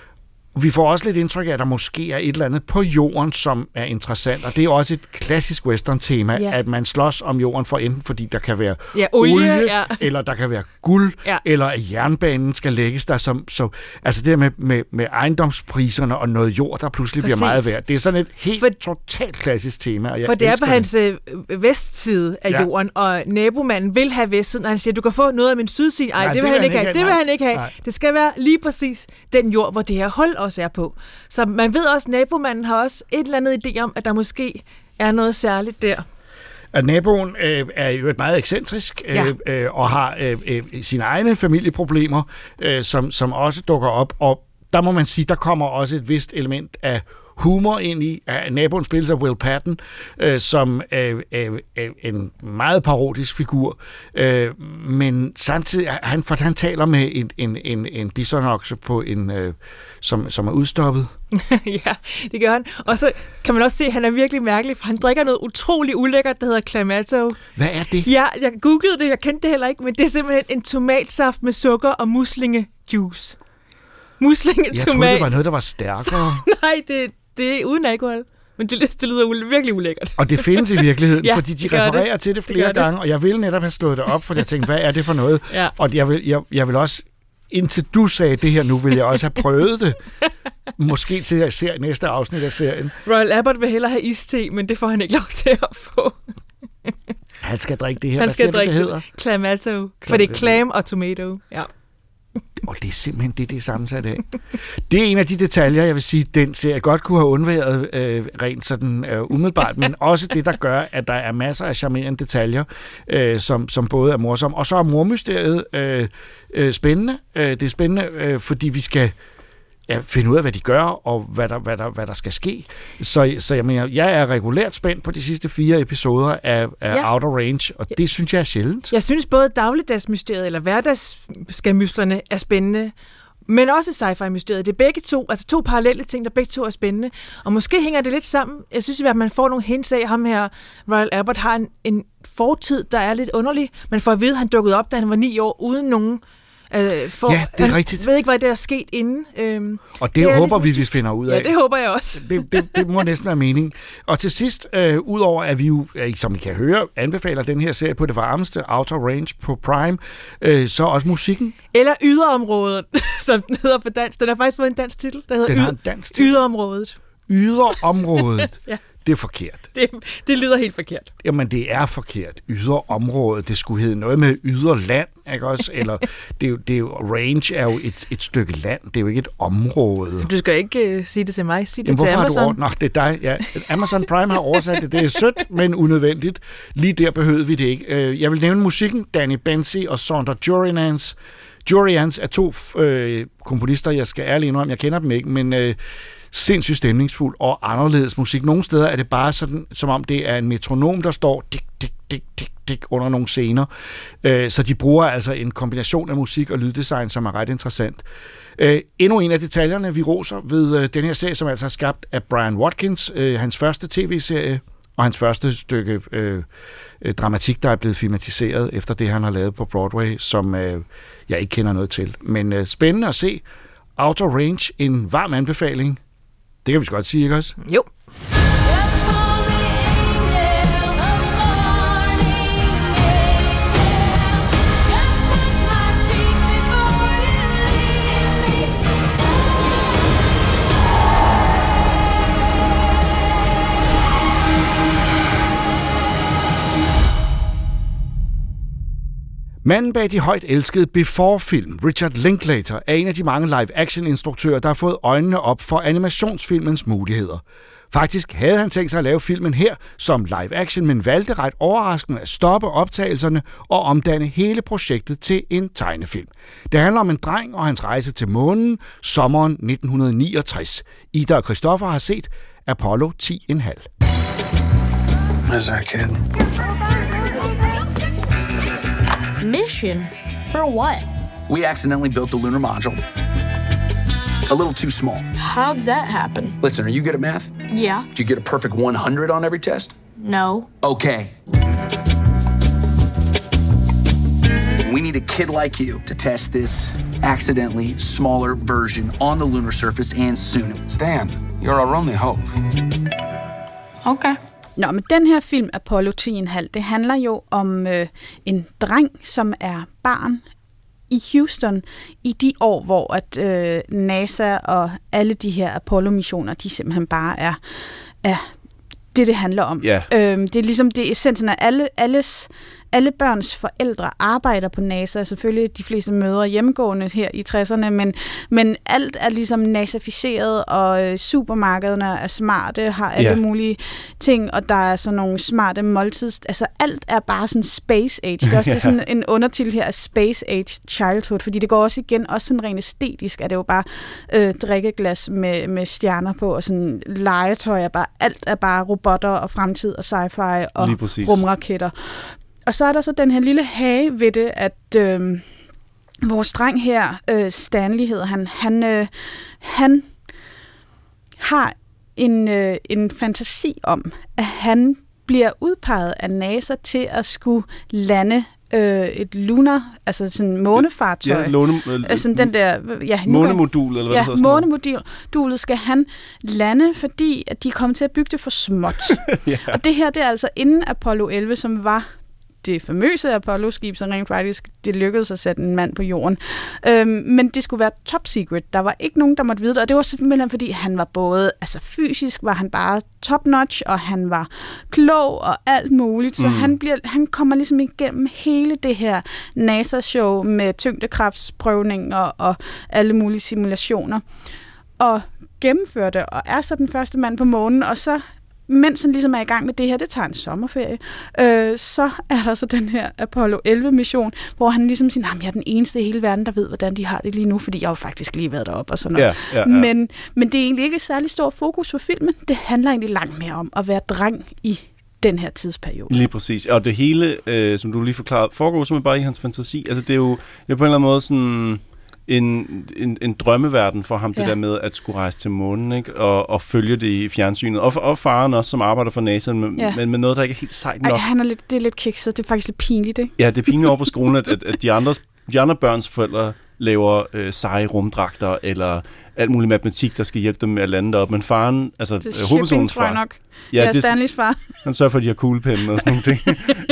vi får også lidt indtryk af, at der måske er et eller andet på jorden, som er interessant, og det er også et klassisk western-tema, ja. at man slås om jorden for enten, fordi der kan være ja, olie, olie ja. eller der kan være guld, ja. eller at jernbanen skal lægges der som... Så, altså det der med, med, med ejendomspriserne og noget jord, der pludselig Præcis. bliver meget værd. Det er sådan et helt for, totalt klassisk tema, og jeg For det er på det. hans øh, vestside af ja. jorden, og nabomanden vil have vestsiden, og han siger, du kan få noget af min sydside. Ej, Nej, det vil han ikke have. Det vil han ikke have. Det skal være lige præcis den jord, hvor det her hul også er på. Så man ved også, at nabomanden har også et eller andet idé om, at der måske er noget særligt der. At naboen øh, er jo et meget ekscentrisk øh, ja. øh, og har øh, øh, sine egne familieproblemer, øh, som, som også dukker op. Og der må man sige, der kommer også et vist element af humor ind i. Naboen spilles af Will Patton, øh, som er øh, øh, en meget parodisk figur, øh, men samtidig, han, for han taler med en, en, en, en bisonokse på en, øh, som, som er udstoppet. Ja, det gør han. Og så kan man også se, at han er virkelig mærkelig, for han drikker noget utrolig ulækkert, der hedder Clamato. Hvad er det? Ja, jeg googlede det, jeg kendte det heller ikke, men det er simpelthen en tomatsaft med sukker og muslingejuice. Muslingetomat. Jeg troede, det var noget, der var stærkere. Så, nej, det, det er uden alkohol. Men det, det lyder virkelig ulækkert. Og det findes i virkeligheden, ja, fordi de refererer det. til det flere det gange, det. Og jeg ville netop have slået det op, for jeg tænkte, hvad er det for noget? Ja. Og jeg vil, jeg, jeg vil også, indtil du sagde det her nu, vil jeg også have prøvet det. Måske til at se næste afsnit af serien. Royal Abbott vil hellere have iste, men det får han ikke lov til at få. Han skal drikke det her. Han hvad skal drikke det, det hedder? Clamato. For det er clam og tomato. Ja. Og det er simpelthen det, det er sammensat af. Det er en af de detaljer, jeg vil sige, den serie godt kunne have undværet øh, rent sådan øh, umiddelbart, men også det, der gør, at der er masser af charmerende detaljer, øh, som, som både er morsomme. Og så er mormysteriet øh, øh, spændende. Øh, det er spændende, øh, fordi vi skal ja, finde ud af, hvad de gør, og hvad der, hvad der, hvad der skal ske. Så, så jeg mener, jeg er regulært spændt på de sidste fire episoder af, af ja. Outer Range, og det synes jeg er sjældent. Jeg synes både dagligdagsmysteriet eller hverdagsskærmyslerne er spændende, men også sci-fi-mysteriet. Det er begge to, altså to parallelle ting, der begge to er spændende. Og måske hænger det lidt sammen. Jeg synes i hvert fald, man får nogle hints af, ham her, Royal Albert, har en, en fortid, der er lidt underlig. Man får at vide, at han dukkede op, da han var ni år, uden nogen... Øh, for, ja, det er han rigtigt. Jeg ved ikke, hvad der er sket inden. Øhm, og det, det håber vi, vi finder ud af. Ja, det håber jeg også. det, det, det må næsten være meningen. Og til sidst, øh, udover at vi jo, som I kan høre, anbefaler den her serie på det varmeste, Outer Range på Prime, øh, så også musikken. Eller Yderområdet, som den hedder på dansk. Den har faktisk fået en dansk titel. Der hedder den har en dansk titel. Yderområdet. Yderområdet. ja. Det er forkert. Det, det lyder helt forkert. Jamen, det er forkert. Yderområde, det skulle hedde noget med yderland, ikke også? Eller, det er jo, det er jo, range er jo et, et stykke land, det er jo ikke et område. Du skal ikke uh, sige det til mig, sig det Jamen, til Amazon. Har du Nå, det er dig, ja. Amazon Prime har oversat det. Det er sødt, men unødvendigt. Lige der behøvede vi det ikke. Jeg vil nævne musikken. Danny Benzi og Sander Jurians. Jurians er to øh, komponister, jeg skal ærligt indrømme, jeg kender dem ikke, men... Øh, sindssygt stemningsfuld og anderledes musik. Nogle steder er det bare sådan, som om det er en metronom, der står dik, dik, dik, dik, dik under nogle scener. Så de bruger altså en kombination af musik og lyddesign, som er ret interessant. Endnu en af detaljerne, vi roser ved den her serie, som altså er skabt af Brian Watkins, hans første tv-serie og hans første stykke øh, dramatik, der er blevet filmatiseret efter det, han har lavet på Broadway, som øh, jeg ikke kender noget til. Men øh, spændende at se. Outer Range, en varm anbefaling. Det kan vi godt sige, ikke også? Jo. Manden bag de højt elskede Before-film, Richard Linklater, er en af de mange live-action-instruktører, der har fået øjnene op for animationsfilmens muligheder. Faktisk havde han tænkt sig at lave filmen her som live-action, men valgte ret overraskende at stoppe optagelserne og omdanne hele projektet til en tegnefilm. Det handler om en dreng og hans rejse til månen sommeren nitten niogtres. Ida og Christoffer har set Apollo ti komma fem. Where's our kid? Mission? For what? We accidentally built the lunar module. A little too small. How'd that happen? Listen, are you good at math? Yeah. Did you get a perfect one hundred on every test? No. Okay. We need a kid like you to test this accidentally smaller version on the lunar surface and soon. Stan, you're our only hope. Okay. Nå, men den her film, Apollo ti komma fem, det handler jo om øh, en dreng, som er barn i Houston i de år, hvor at øh, NASA og alle de her Apollo-missioner, de simpelthen bare er, er det, det handler om. Yeah. Øhm, det er ligesom det essensen af alle, alles, alle børns forældre arbejder på NASA. Selvfølgelig de fleste mødre hjemmegående her i tresserne, men, men alt er ligesom NASA-ficeret, og øh, supermarkederne er smarte, har alle Yeah. mulige ting, og der er sådan nogle smarte måltids... Altså alt er bare sådan space age. Det er også Ja. det sådan en undertitel her af Space Age Childhood, fordi det går også igen, også sådan rent æstetisk, at det er jo bare øh, drikkeglas med, med stjerner på, og sådan legetøj er bare, alt er bare robotter og fremtid og sci-fi og Lige præcis. rumraketter. Og så er der så den her lille hage ved det, at øh, vores dreng her, øh, Stanley hedder han, han, øh, han har en, øh, en fantasi om, at han bliver udpeget af NASA til at skulle lande øh, et lunar, altså sådan månefartøj. Ja, låne, øh, altså den der, ja, månemodul, eller hvad ja, det hedder. sådan noget. månemodulet skal han lande, fordi at de kom til at bygge det for småt. Ja. Og det her, det er altså inden Apollo elleve, som var det famøse Apollo-skib, som rent faktisk det lykkedes at sætte en mand på jorden. Øhm, men det skulle være top secret. Der var ikke nogen, der måtte vide det, og det var simpelthen fordi, han var både, altså fysisk var han bare top notch, og han var klog og alt muligt, så mm. han, bliver, han kommer ligesom igennem hele det her NASA-show med tyngdekraftsprøvninger og alle mulige simulationer, og gennemfører det, og er så den første mand på månen, og så mens han ligesom er i gang med det her, det tager en sommerferie, øh, så er der så den her Apollo elleve-mission, hvor han ligesom siger, at jeg er den eneste i hele verden, der ved, hvordan de har det lige nu, fordi jeg har jo faktisk lige været deroppe og sådan noget. Ja, ja, ja. Men, men det er egentlig ikke et særlig stort fokus for filmen. Det handler egentlig langt mere om at være dreng i den her tidsperiode. Lige præcis. Og det hele, øh, som du lige forklarede, foregår simpelthen bare i hans fantasi. Altså det er jo det er på en eller anden måde sådan... en, en, en drømmeverden for ham, det Ja. der med at skulle rejse til månen, ikke? Og, og følge det i fjernsynet. Og, og faren også, som arbejder for NASA, men, Ja. men med noget, der ikke er helt sejt nok. Ej, han er lidt, det er lidt kikset. Det er faktisk lidt pinligt, ikke? Ja, det er pinligt over på skolen, at, at, at de, andre, de andre børns forældre laver øh, seje rumdragter, eller alt muligt matematik, der skal hjælpe dem med at lande derop. Men faren, altså Det er øh, hovedpersonens shipping, tror jeg far... nok. Ja, ja Stanleys far. Han sørger for, at de har kuglepenne og sådan nogle ting.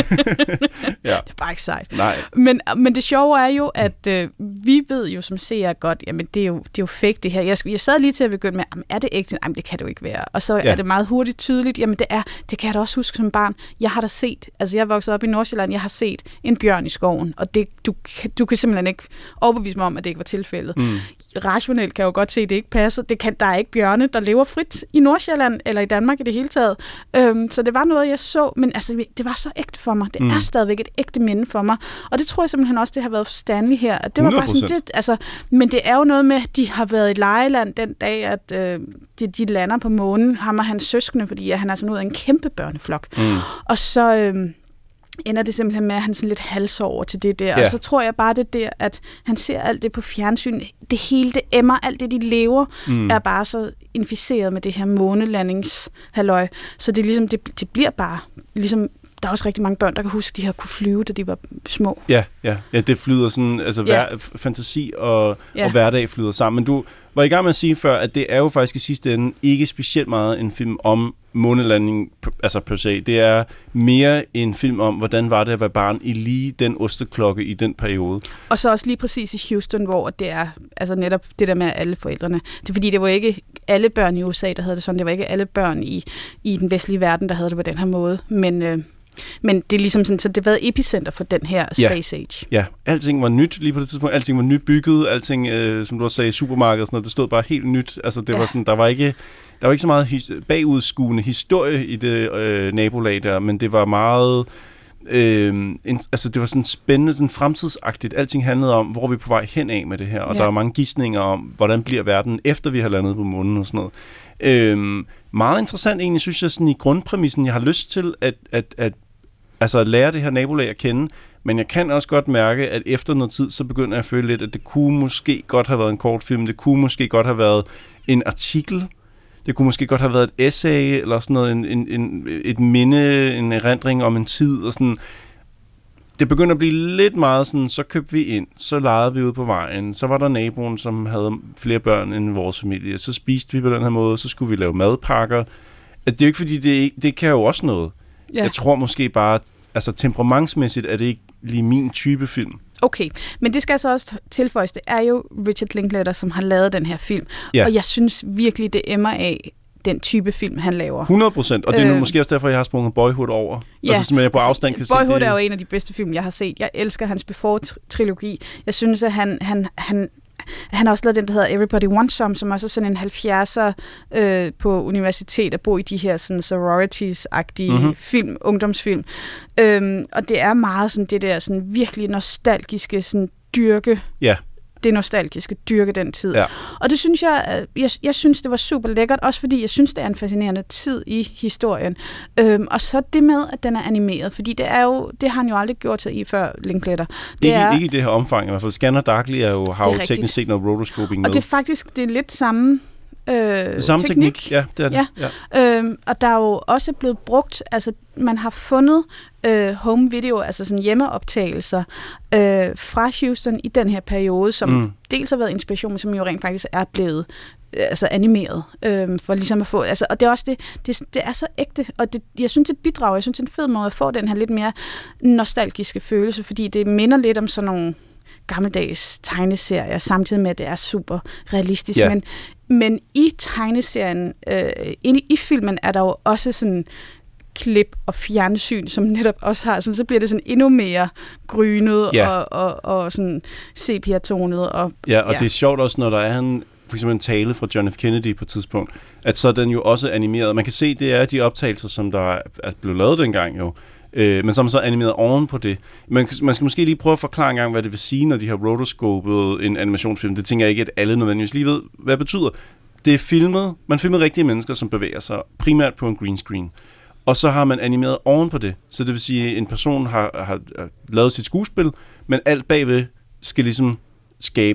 Ja. Det er bare ikke sejt. Nej. Men, men det sjove er jo, at øh, vi ved jo som seere godt, jamen det er jo, det er jo fake det her. Jeg, jeg sad lige til at begynde med, jamen, er det ægte? Jamen det kan det jo ikke være. Og så ja. er det meget hurtigt tydeligt, jamen det er, det kan jeg da også huske som barn. Jeg har da set, altså jeg er vokset op i Nordsjælland, jeg har set en bjørn i skoven, og det, du, du kan simpelthen ikke overbevise mig om, at det ikke var tilfældet. Mm. Rationelt kan jeg jo godt se, at det ikke passer. Det kan, der er ikke bjørne, der lever frit i Nordsjælland, eller i Danmark i det hele taget. Øhm, så det var noget, jeg så, men altså, det var så ægte for mig. Det mm. er stadigvæk et ægte minde for mig. Og det tror jeg simpelthen også, det har været for Stanley her. At det var bare sådan, det, altså, men det er jo noget med, at de har været i lejeland den dag, at øh, de, de lander på månen, ham og hans søskende, fordi at han er sådan ud af en kæmpe børneflok. Mm. Og så... Øh, ender det simpelthen med, at han sådan lidt halser over til det der. Ja. Og så tror jeg bare, det der, at han ser alt det på fjernsyn. Det hele, det emmer, alt det, de lever, mm. er bare så inficeret med det her månelandingshalløj. Så det, er ligesom, det, det bliver bare ligesom... Der er også rigtig mange børn, der kan huske, de har kunne flyve, da de var små. Ja, ja, ja, det flyder sådan, altså Ja. hver, fantasi og, Ja. og hverdag flyder sammen. Men du var i gang med at sige før, at det er jo faktisk i sidste ende ikke specielt meget en film om månelanding, altså per se. Det er mere en film om, hvordan var det at være barn i lige den osteklokke i den periode. Og så også lige præcis i Houston, hvor det er altså netop det der med alle forældrene. Det er fordi, det var ikke alle børn i U S A, der havde det sådan. Det var ikke alle børn i, i den vestlige verden, der havde det på den her måde. Men... Øh, Men det er ligesom sådan, så det har været epicenter for den her Space ja. Age. Ja, alting var nyt lige på det tidspunkt. Alting var nybygget. Alting, øh, som du også sagde, i supermarkedet og sådan noget, det stod bare helt nyt. Altså, det ja. var sådan, der var ikke, der var ikke så meget his- bagudskuende historie i det øh, nabolag der, men det var meget... Øh, en, altså det var sådan spændende, sådan fremtidsagtigt. Alting handlede om, hvor vi er på vej hen af med det her. Og ja. der var mange gidsninger om, hvordan bliver verden, efter vi har landet på månen og sådan noget. Øh, meget interessant egentlig, synes jeg, sådan i grundpræmissen. Jeg har lyst til at, at, at, altså at lære det her nabolag at kende, men jeg kan også godt mærke, at efter noget tid, så begynder jeg at føle lidt, at det kunne måske godt have været en kortfilm, det kunne måske godt have været en artikel, det kunne måske godt have været et essay, eller sådan noget, en, en, en, et minde, en erindring om en tid, og sådan. Det begynder at blive lidt meget sådan, så købte vi ind, så legede vi ude på vejen, så var der naboen, som havde flere børn end vores familie, så spiste vi på den her måde, så skulle vi lave madpakker. Det er jo ikke fordi, det, ikke, det kan jo også noget. Ja. Jeg tror måske bare, altså temperamentsmæssigt er det ikke lige min type film. Okay, men det skal så også tilføjes. Det er jo Richard Linklater, som har lavet den her film. Ja. Og jeg synes virkelig, det emmer af den type film, han laver. hundrede procent, og det er nu øh, måske også derfor, jeg har sprunget Boyhood over. Ja, altså, som jeg på afstand kan se. Boyhood det. er jo en af de bedste film, jeg har set. Jeg elsker hans Before-trilogi. Jeg synes, at han... han, han Han har også lavet den, der hedder Everybody Wants Some, som også er sådan en halvfjerdser øh, på universitet, at bo i de her sådan sororities-agtige Mhm. film, ungdomsfilm. Øhm, og det er meget sådan det der sådan virkelig nostalgiske sådan dyrke. Ja. Det nostalgiske dyrke den tid. Ja. Og det synes jeg, jeg, jeg synes, det var super lækkert, også fordi jeg synes, det er en fascinerende tid i historien. Øhm, og så det med, at den er animeret, fordi det er jo, det har han jo aldrig gjort sig i før, Linklater. Det Ikke, er, ikke i det her omfang i hvert fald. Scanner Darkly er jo, har Det er jo rigtigt. teknisk set noget rotoscoping med. og det er faktisk, det er lidt samme øh, Samme teknik. teknik, ja, det er det. Ja. Ja. Øhm, og der er jo også blevet brugt, altså man har fundet øh, home video, altså sådan hjemmeoptagelser øh, fra Houston i den her periode, som Mm. mm. dels har været inspiration, men som jo rent faktisk er blevet øh, altså animeret, øh, for ligesom at få, altså, og det er også det, det, det er så ægte, og det, jeg synes, det bidrager, jeg synes, det er en fed måde at få den her lidt mere nostalgiske følelse, fordi det minder lidt om sådan nogle gammeldags tegneserier, samtidig med, at det er super realistisk. Ja. Men, men i tegneserien, øh, inde i filmen, er der jo også sådan klip og fjernsyn, som netop også har, sådan, så bliver det sådan endnu mere grynet Ja. og, og, og sådan sepia-tonet. Og, Ja, og ja. det er sjovt også, når der er en, for eksempel en tale fra John F. Kennedy på et tidspunkt, at så er den jo også animeret. Man kan se, det er de optagelser, som der er blevet lavet dengang jo, øh, men som så er animeret oven på det. Man, man skal måske lige prøve at forklare en gang, hvad det vil sige, når de har rotoscopet en animationsfilm. Det tænker jeg ikke, at alle nødvendigvis lige ved, hvad det betyder. Det er filmet, man filmer rigtige mennesker, som bevæger sig primært på en green screen. Og så har man animeret oven på det. Så det vil sige, at en person har, har, har lavet sit skuespil, men alt bagved skal ligesom skabes.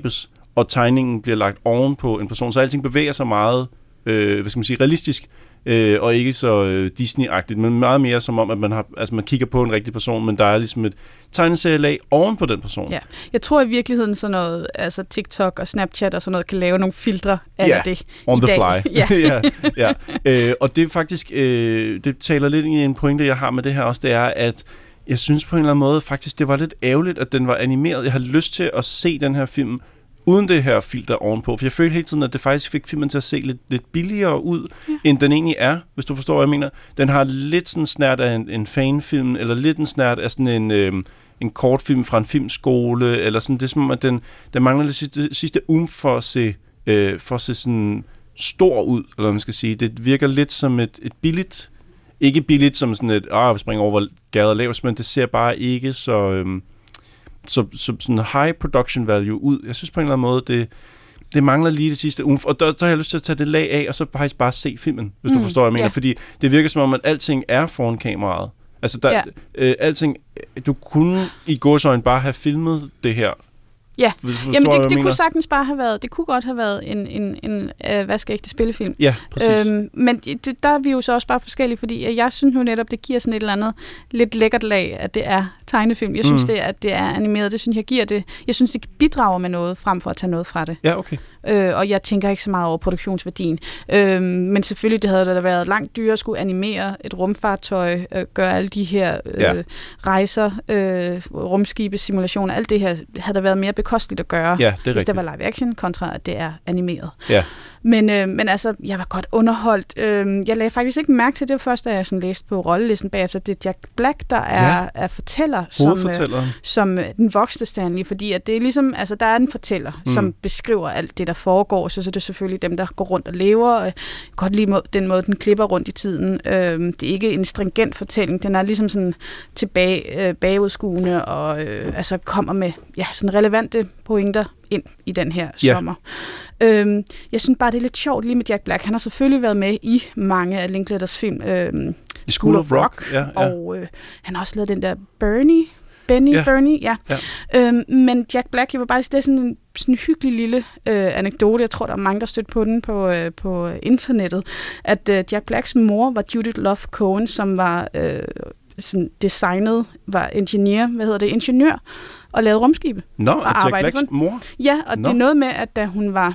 og tegningen bliver lagt oven på en person, så alting bevæger sig meget, øh, hvad skal man sige, realistisk, øh, og ikke så øh, Disney-agtigt, men meget mere som om, at man, har, altså man kigger på en rigtig person, men der er ligesom et tegneserielag oven på den person. Ja. Jeg tror i virkeligheden sådan noget, altså TikTok og Snapchat og sådan noget, kan lave nogle filtre af ja, det on i the dag. fly. Ja. ja, ja. Øh, og det er faktisk, øh, det taler lidt ind i en pointe, jeg har med det her også, det er, at jeg synes på en eller anden måde faktisk, det var lidt ærgerligt, at den var animeret. Jeg havde lyst til at se den her film uden det her filter ovenpå, for jeg følte hele tiden, at det faktisk fik filmen til at se lidt, lidt billigere ud, ja. end den egentlig er, hvis du forstår, hvad jeg mener. Den har lidt sådan snært af en, en fanfilm, eller lidt en snært af sådan en, øh, en kortfilm fra en filmskole, eller sådan. Det er som om, at den, den mangler det sidste, sidste umf for at se, øh, for at se sådan stor ud, eller hvad man skal sige. Det virker lidt som et, et billigt, ikke billigt som sådan et, ah, vi springer over, hvor gader laves, men det ser bare ikke så... Øh, Så, så sådan high production value ud. Jeg synes på en eller anden måde, det, det mangler lige det sidste umf. Og der, der har jeg lyst til at tage det lag af, og så faktisk bare se filmen, hvis mm, du forstår, hvad jeg mener. Yeah. Fordi det virker som om, at alting er foran kameraet. Altså, der, yeah. øh, alting... Du kunne i gåseøjne bare have filmet det her. Ja, forstår, jamen det, det det kunne sagtens bare have været, det kunne godt have været en, en, en øh, vaskeægte spillefilm. Ja, præcis. Øhm, men det, der er vi jo så også bare forskellige, fordi jeg synes nu netop, det giver sådan et eller andet lidt lækkert lag, at det er tegnefilm. Jeg synes, mm. det, at det er animeret, det synes jeg giver det. Jeg synes, det bidrager med noget, frem for at tage noget fra det. Ja, okay. Øh, og jeg tænker ikke så meget over produktionsværdien. Øh, men selvfølgelig, det havde da været langt dyrere at skulle animere et rumfartøj, øh, gøre alle de her øh, ja. rejser, øh, rumskibesimulationer, alt det her havde der været mere bekosteligt at gøre, ja, hvis rigtigt. det var live action, kontra at det er animeret. Ja. Men, øh, men altså, jeg var godt underholdt. Øh, jeg lagde faktisk ikke mærke til det først, da jeg sådan læste på rollelisten bagefter. Det er Jack Black, der er, ja. er fortæller, som, øh, som den voksne Stanley, fordi at det er ligesom, altså der er en fortæller, mm. som beskriver alt det, der foregår, så, så det er selvfølgelig dem, der går rundt og lever, og godt lige må, den måde, den klipper rundt i tiden. Øh, det er ikke en stringent fortælling, den er ligesom sådan tilbage, øh, bagudskuende, og øh, altså kommer med ja, sådan relevante pointer ind i den her yeah. sommer. Øhm, jeg synes bare, det er lidt sjovt lige med Jack Black. Han har selvfølgelig været med i mange af Linklaters film. Øhm, I School of Rock. Rock. Ja, ja. Og øh, han har også lavet den der Bernie. Benny, yeah. Bernie, ja. ja. Øhm, men Jack Black, jeg vil bare sige, det er sådan en, sådan en hyggelig lille øh, anekdote. Jeg tror, der er mange, der stødte på den på, øh, på internettet. At øh, Jack Blacks mor var Judith Love Cohen, som var øh, sådan designet, var ingeniør, hvad hedder det, ingeniør, og lavede rumskibe. Nå, no, Jack Blacks mor? Ja, og no. det er noget med, at da hun var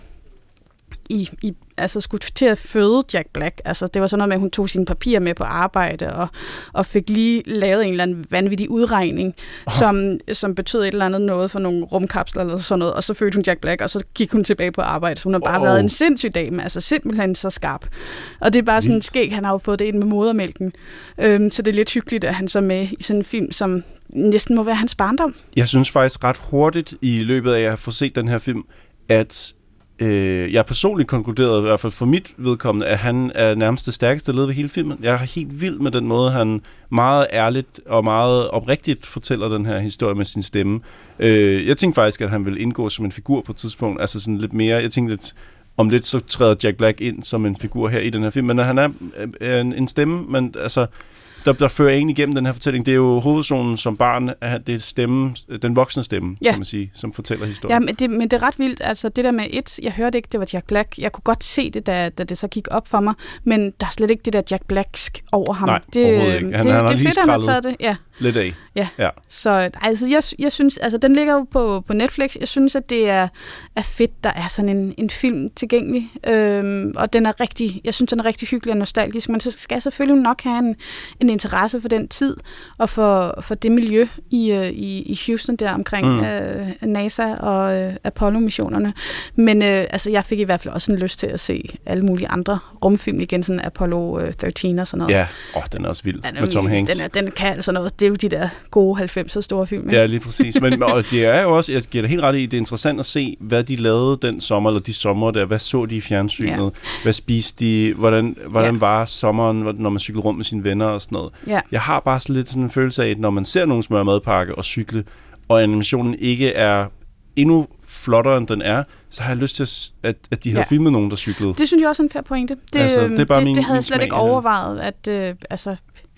i, i altså skulle til at føde Jack Black, altså det var sådan noget med, at hun tog sine papirer med på arbejde, og, og fik lige lavet en eller anden vanvittig udregning, oh. som, som betød et eller andet noget for nogle rumkapsler eller sådan noget, og så fødte hun Jack Black, og så gik hun tilbage på arbejde, så hun har bare oh. været en sindssyg dame, altså simpelthen så skarp. Og det er bare sådan en skæg, han har jo fået det ind med modermælken, øhm, så det er lidt hyggeligt, at han så er med i sådan en film, som næsten må være hans barndom. Jeg synes faktisk ret hurtigt i løbet af, at jeg har fået set den her film, at Øh, jeg personligt konkluderede, i hvert fald for mit vedkommende, at han er nærmest det stærkeste led ved hele filmen. Jeg er helt vild med den måde, han meget ærligt og meget oprigtigt fortæller den her historie med sin stemme. Øh, jeg tænkte faktisk, at han ville indgå som en figur på et tidspunkt, altså sådan lidt mere. Jeg tænkte lidt, om lidt så træder Jack Black ind som en figur her i den her film, men han er en, en stemme, men altså Der, der fører en igennem den her fortælling. Det er jo hovedpersonen som barn, det er stemme, den voksne stemme, ja. kan man sige, som fortæller historien. Ja, men det, men det er ret vildt. Altså det der med et, jeg hørte ikke, det var Jack Black. Jeg kunne godt se det, da, da det så gik op for mig, men der er slet ikke det der Jack Blacksk over ham. Nej, det, overhovedet ikke. Han, det, han det er fedt, han har taget det. Ja. Lidt af. Ja. ja. Så altså, jeg, jeg synes, altså den ligger jo på, på Netflix. Jeg synes, at det er, er fedt, der er sådan en, en film tilgængelig. Øhm, og den er rigtig, jeg synes, den er rigtig hyggelig og nostalgisk. Men så skal jeg selvfølgelig nok have en, en interesse for den tid, og for, for det miljø i, i, i Houston der omkring mm. øh, NASA og øh, Apollo-missionerne. Men øh, altså, jeg fik i hvert fald også en lyst til at se alle mulige andre rumfilm igen, sådan Apollo øh, tretten og sådan noget. Ja, åh, oh, den er også vild den er med Tom Hanks. Den, er, den kan altså noget. Det er jo de der gode halvfemser store film. Ikke? Ja, lige præcis. Men og det er jo også, jeg giver dig helt ret i, det er interessant at se, hvad de lavede den sommer, eller de sommer der, hvad så de i fjernsynet, ja. Hvad spiste de, hvordan, hvordan ja. var sommeren, når man cyklede rundt med sine venner og sådan noget. Ja. Jeg har bare så lidt sådan en følelse af, at når man ser nogen smøre madpakke og cykle, og animationen ikke er endnu flottere, end den er, så har jeg lyst til, at, at de havde ja. filmet nogen, der cyklede. Det synes jeg også er en fair pointe. Det, altså, det, er bare det, min, det havde min jeg slet ikke overvejet, at øh, altså,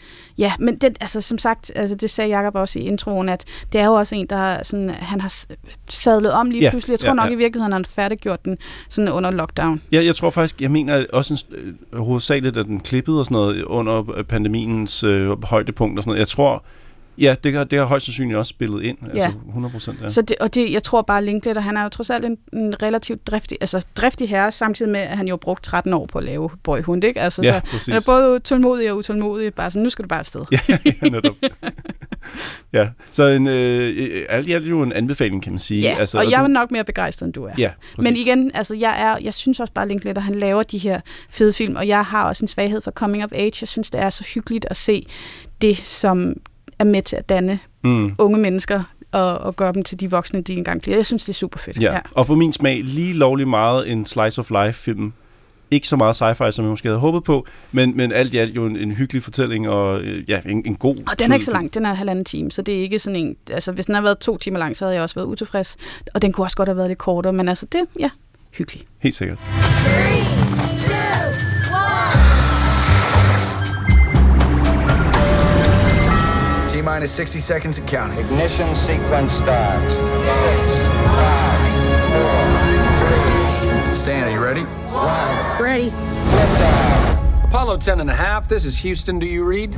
ja, men det, altså, som sagt, altså, det sagde Jacob også i introen, at det er jo også en, der sådan, han har sadlet om lige ja, pludselig. Jeg tror ja, nok ja. i virkeligheden, han har færdiggjort den sådan under lockdown. Ja, jeg tror faktisk, jeg mener også en, hovedsageligt, at den klippede og sådan noget under pandemiens øh, højdepunkt og sådan noget. Jeg tror, ja, det har, det har højst sandsynligt også spillet ind, ja. Altså hundrede procent. Ja. Så det, og det, jeg tror bare, Linklater, han er jo trods alt en, en relativt driftig, altså driftig herre, samtidig med, at han jo brugt tretten år på at lave Boyhood, ikke? Altså, ja, så præcis. han er både tålmodig og utålmodig, bare sådan, nu skal du bare afsted. ja, ja, netop. Ja, så en, øh, alt i alt er jo en anbefaling, kan man sige. Ja, altså, og, og jeg du... er nok mere begejstret, end du er. Ja, men igen, altså, jeg, er, jeg synes også bare, at Linklater, han laver de her fede film, og jeg har også en svaghed for coming of age. Jeg synes, det er så hyggeligt at se det, som er med til at danne mm. unge mennesker og, og gøre dem til de voksne, de engang bliver. Jeg synes, det er super fedt. Ja. Ja. Og for min smag, lige lovlig meget en slice of life-film. Ikke så meget sci-fi, som jeg måske havde håbet på, men, men alt i alt jo en, en hyggelig fortælling, og ja, en, en god... Og den er ikke så lang, den er halvanden time, så det er ikke sådan en... Altså, hvis den har været to timer lang, så havde jeg også været utilfreds, og den kunne også godt have været lidt kortere, men altså, det ja, hyggeligt. Helt sikkert. T-minus sixty seconds and counting. Ignition sequence starts. Six, five, four, three. Stan, are you ready? One. Ready. Liftoff. Apollo ten and a half, this is Houston, do you read?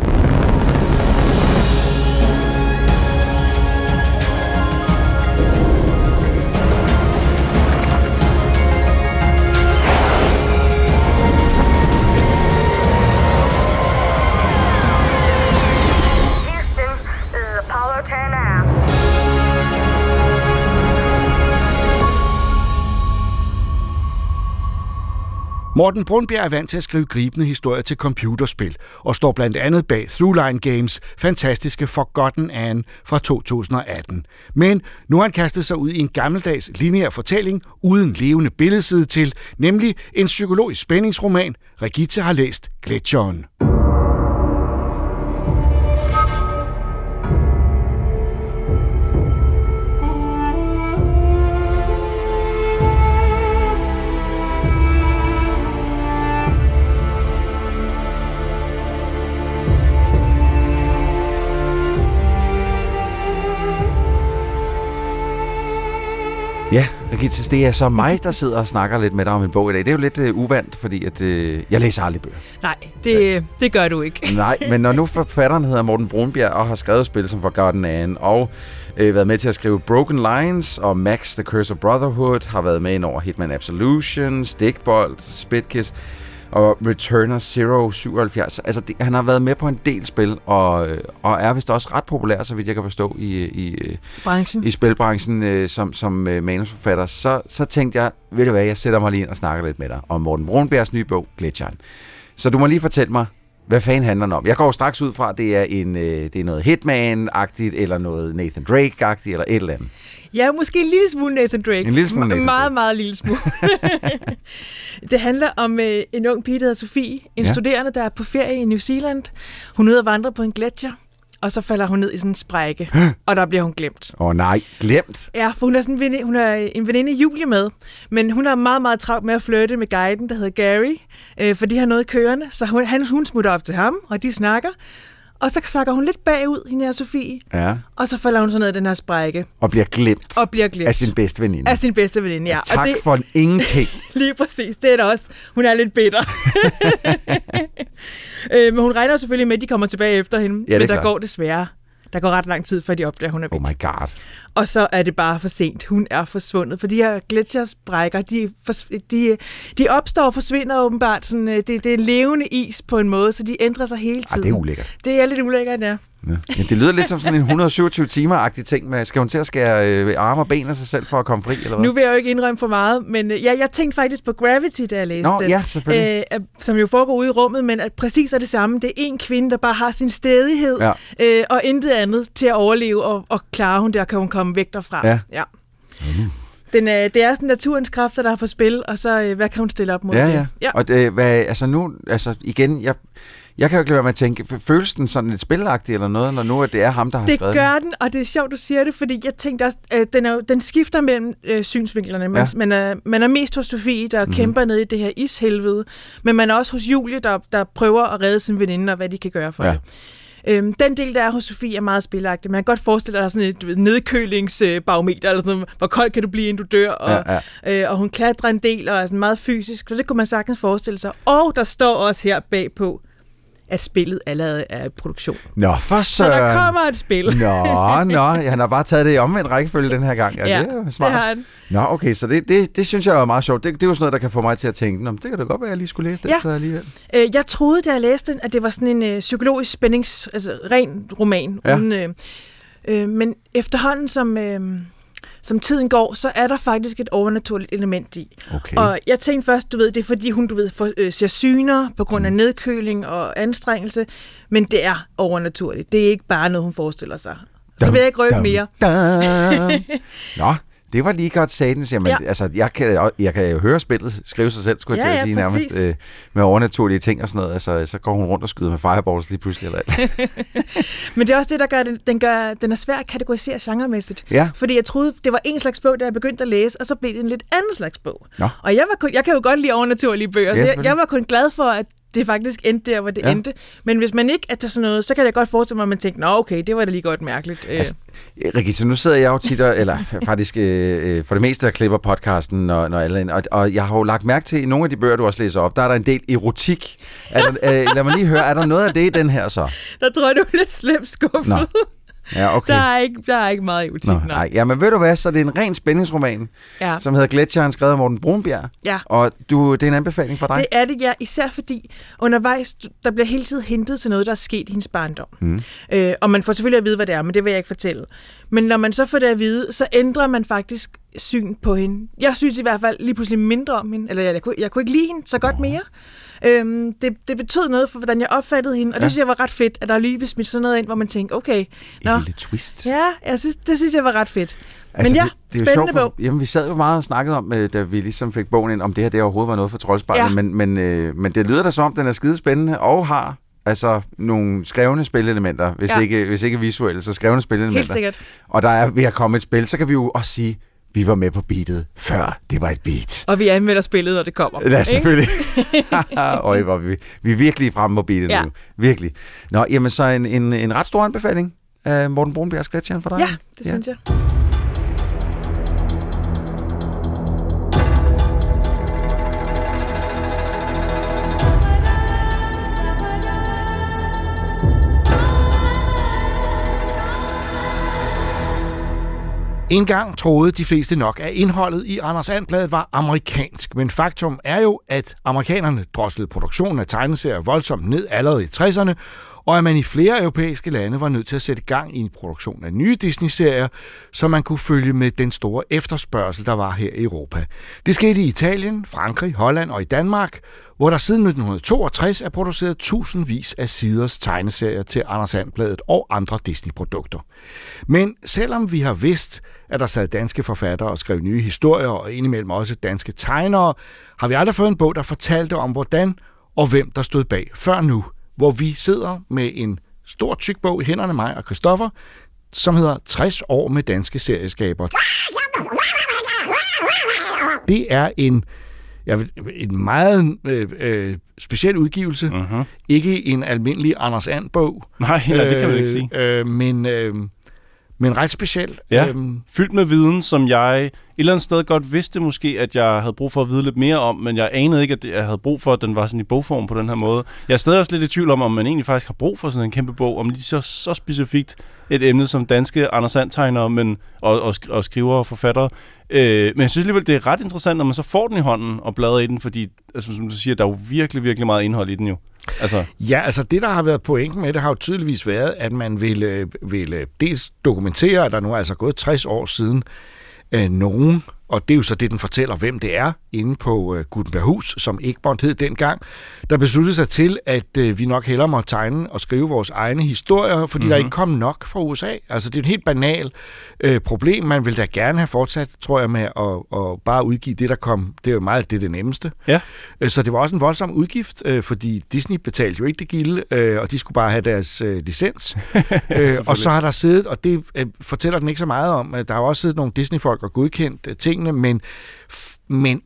Morten Brunbjerg er vant til at skrive gribende historier til computerspil, og står blandt andet bag Throughline Games fantastiske Forgotten Anne fra to tusind og atten. Men nu har han kastet sig ud i en gammeldags lineær fortælling uden levende billedside til, nemlig en psykologisk spændingsroman. Regitze har læst Gletsjeren. Ja, Regitze, det er så mig, der sidder og snakker lidt med dig om en bog i dag. Det er jo lidt uh, uvandt, fordi at, uh, jeg læser aldrig bøger. Nej, det, det gør du ikke. Nej, men når nu forfatteren hedder Morten Brunbjerg og har skrevet spil som Forgotten Anne og øh, været med til at skrive Broken Lines og Max The Curse of Brotherhood, har været med ind over Hitman Absolution, Stikbolt, Spitkiss og Returner Zero syvoghalvfjerds. Altså, det, han har været med på en del spil, og, og er vist også ret populær, så vidt jeg kan forstå, i, i, Branchen. i spilbranchen øh, som, som øh, manusforfatter. Så, så tænkte jeg, ved du hvad, jeg sætter mig lige ind og snakker lidt med dig om Morten Brunbjergs nye bog, Gletsjeren. Så du må lige fortælle mig, hvad fanden handler den om? Jeg går straks ud fra, at det er, en, øh, det er noget Hitman-agtigt, eller noget Nathan Drake-agtigt, eller et eller andet. Ja, måske en lille smule Nathan Drake. En lille smule Nathan M- meget, Drake. meget lille smule. Det handler om øh, en ung pige, der hedder Sofie. En Ja. studerende, der er på ferie i New Zealand. Hun er ude at vandre på en gletsjer, og så falder hun ned i sådan en sprække, og der bliver hun glemt. Åh oh, nej, glemt? Ja, for hun er, sådan en veninde, hun er en veninde Julie med, men hun er meget, meget travlt med at flirte med guiden, der hedder Gary, øh, for de har noget kørende, så hun, han, hun smutter op til ham, og de snakker, og så sakker hun lidt bagud, hende her Sofie, Ja. og så falder hun så ned i den her sprække. Og bliver glemt. Og bliver glemt. Af sin bedste veninde. Af sin bedste veninde, ja. Tak og det, for en ingenting. lige præcis, det er det også. Hun er lidt bitter. øh, men hun regner selvfølgelig med, at de kommer tilbage efter hende, Ja, det er men der klart. går desværre. Der går ret lang tid, før de opdager, at hun er væk. Oh my god. Og så er det bare for sent. Hun er forsvundet. For de her gletsjersbrækker, de, de, de opstår og forsvinder åbenbart. Sådan, det, det er levende is på en måde, så de ændrer sig hele tiden. Ej, det er ulækkert. Det er lidt ulækkert, ja. Ja. Ja, det lyder lidt som sådan en et hundrede og syvogtyve timer-agtig ting. Med, skal hun til at skære øh, arme og ben af sig selv for at komme fri, eller hvad? Nu vil jeg jo ikke indrømme for meget, men øh, ja, jeg tænkte faktisk på Gravity, da jeg læste Nå, det. ja, selvfølgelig. Øh, som jo foregår ude i rummet, men at præcis er det samme. Det er en kvinde, der bare har sin stædighed Ja. øh, og intet andet til at overleve, og, og klare hun der, kan hun komme væk derfra. Ja. ja. Den, øh, det er sådan naturens kræfter, der er på spil, og så øh, hvad kan hun stille op mod Ja, det? ja. ja. Og det, hvad, altså nu, altså igen, jeg, Jeg kan jo ikke lade være med at tænke, føles den sådan lidt spilagtig eller noget, når nu at det er ham, der har det skrevet Det gør den, og det er sjovt, du siger det, fordi jeg tænkte også, øh, den, er, den skifter mellem øh, synsvinklerne. Man, ja. man, er, man er mest hos Sofie, der mm-hmm. kæmper ned i det her ishelvede, men man er også hos Julie, der, der prøver at redde sin veninde, og hvad de kan gøre for ja. det. Øhm, den del, der er hos Sofie, er meget spilagtig. Man kan godt forestille dig sådan et nedkølingsbarometer, eller sådan, hvor kold kan du blive, inden du dør, og, ja, ja. Øh, og hun klatrer en del, og er sådan meget fysisk, så det kunne man sagtens forestille sig. Og der står også her bagpå, at spillet allerede er i produktion. Nå, for så der kommer et spil. Nå, nå, han har bare taget det i omvendt rækkefølge den her gang. Ja, ja det er smart. Det har han. Nå, okay, så det, det, det synes jeg er meget sjovt. Det, det er jo sådan noget, der kan få mig til at tænke, Nå, det kan da godt være, at jeg lige skulle læse det. Ja. Så alligevel. Øh, jeg troede, da jeg læste den, at det var sådan en øh, psykologisk spændings, altså ren roman. Ja. Uden, øh, øh, men efterhånden, som... Øh, Som tiden går, så er der faktisk et overnaturligt element i. Okay. Og jeg tænkte først, du ved, det er fordi hun, du ved, får, øh, ser syner på grund af nedkøling og anstrengelse, men det er overnaturligt. Det er ikke bare noget, hun forestiller sig. Så vil jeg ikke røbe mere. Nå, det var lige godt satans. Jamen, ja. altså, jeg, kan, jeg kan jo høre spillet skrive sig selv, skulle jeg ja, til at ja, sige, præcis. nærmest øh, med overnaturlige ting og sådan noget. Altså, så går hun rundt og skyder med fireballs lige pludselig. Eller Men det er også det, der gør, den, den, gør, den er svær at kategorisere genremæssigt. Ja. Fordi jeg troede, det var en slags bog, da jeg begyndte at læse, og så blev det en lidt anden slags bog. Nå. Og jeg, var kun, jeg kan jo godt lide overnaturlige bøger, ja, så jeg, jeg var kun glad for, at det faktisk endte der, hvor det ja. endte. Men hvis man ikke er til sådan noget, så kan jeg godt forestille mig, at man tænker, nå okay, det var da lige godt mærkeligt. Altså, Regitze, nu sidder jeg jo tit, eller faktisk øh, for det meste der klipper podcasten, når, når alle, og, og jeg har jo lagt mærke til, i nogle af de bøger, du også læser op, der er der en del erotik. Er der, øh, lad mig lige høre, er der noget af det i den her så? Der tror jeg, du bliver slemt skuffet. Nå. Ja, okay. Der er ikke, der er ikke meget erotik. Nå, nej. Ja, men ved du hvad, så det er en ren spændingsroman, ja. som hedder Gletsjeren, skrevet af Morten Brunbjerg. Ja. Og du, det er en anbefaling for dig? Det er det, ja. Især fordi undervejs, der bliver hele tiden hentet til noget, der er sket i hendes barndom. Mm. Øh, og man får selvfølgelig at vide, hvad det er, men det vil jeg ikke fortælle. Men når man så får det at vide, så ændrer man faktisk syn på hende. Jeg synes i hvert fald lige pludselig mindre om hende, eller jeg, jeg, kunne, jeg kunne ikke lide hende så godt mere. Øhm, det, det betød noget for, hvordan jeg opfattede hende, og det ja. synes jeg var ret fedt, at der lige blev smidt sådan noget ind, hvor man tænkte, okay. Nå, et lille twist. Ja, jeg synes, det synes jeg var ret fedt. Altså, Men ja, det, det er spændende sjovt, bog. For, jamen, vi sad jo meget og snakkede om, da vi ligesom fik bogen ind, om det her det overhovedet var noget for Troldspejlet, ja. men, men, øh, men det lyder da som om, den er skide spændende, og har altså nogle skrevne spilelementer, hvis, ja. ikke, hvis ikke visuelle, så skrevne spilelementer. Helt sikkert. Og der er ved at komme et spil, så kan vi jo også sige, vi var med på beatet, før det var et beat. Og vi anmelder spillet, når det kommer. Ja, selvfølgelig. Øj, hvor vi, vi er virkelig fremme på beatet ja. nu. Virkelig. Nå, jamen så en, en, en ret stor anbefaling af Morten Brunbjergs Gletsjeren for dig. Ja, det ja. synes jeg. En gang troede de fleste nok, at indholdet i Anders And-bladet var amerikansk, men faktum er jo, at amerikanerne drosslede produktionen af tegneserier voldsomt ned allerede i tresserne, og at man i flere europæiske lande var nødt til at sætte gang i en produktion af nye Disney-serier, så man kunne følge med den store efterspørgsel, der var her i Europa. Det skete i Italien, Frankrig, Holland og i Danmark, hvor der siden nitten toogtres er produceret tusindvis af siders tegneserier til Anders And-bladet og andre Disney-produkter. Men selvom vi har vidst, at der sad danske forfattere og skrev nye historier, og indimellem også danske tegnere, har vi aldrig fået en bog, der fortalte om, hvordan og hvem der stod bag før nu, hvor vi sidder med en stor tyk bog i hænderne, mig og Christoffer, som hedder tres år med danske serieskaber. Det er en, ja, en meget øh, øh, speciel udgivelse. Uh-huh. Ikke en almindelig Anders And-bog. Nej, nej, det kan man ikke sige. Øh, men... Øh, Men ret specielt. Ja, øhm. fyldt med viden, som jeg et eller andet sted godt vidste måske, at jeg havde brug for at vide lidt mere om, men jeg anede ikke, at jeg havde brug for, at den var sådan i bogform på den her måde. Jeg er stadig også lidt i tvivl om, om man egentlig faktisk har brug for sådan en kæmpe bog, om lige så, så specifikt et emne som danske Anders And-tegnere, men, og, og, og skriver og forfattere. Øh, men jeg synes alligevel, det er ret interessant, når man så får den i hånden og bladrer i den, fordi, altså, som du siger, der er jo virkelig, virkelig meget indhold i den jo. Altså. Ja, altså det, der har været pointen med det, har jo tydeligvis været, at man ville, ville dels dokumentere, at der nu er altså gået tres år siden, øh, nogen og det er jo så det, den fortæller, hvem det er, inde på øh, Gutenberghus, som Egmont hed dengang, der besluttede sig til, at øh, vi nok hellere må tegne og skrive vores egne historier, fordi mm-hmm. der ikke kom nok fra U S A. Altså, det er et helt banalt øh, problem. Man vil da gerne have fortsat, tror jeg, med at, at bare udgive det, der kom. Det er jo meget det, er det nemmeste. Ja. Øh, så det var også en voldsom udgift, øh, fordi Disney betalte jo ikke det gilde, øh, og de skulle bare have deres øh, licens. øh, og så har der siddet, og det øh, fortæller den ikke så meget om, at der har også siddet nogle Disney-folk og godkendt øh, tingene, men, men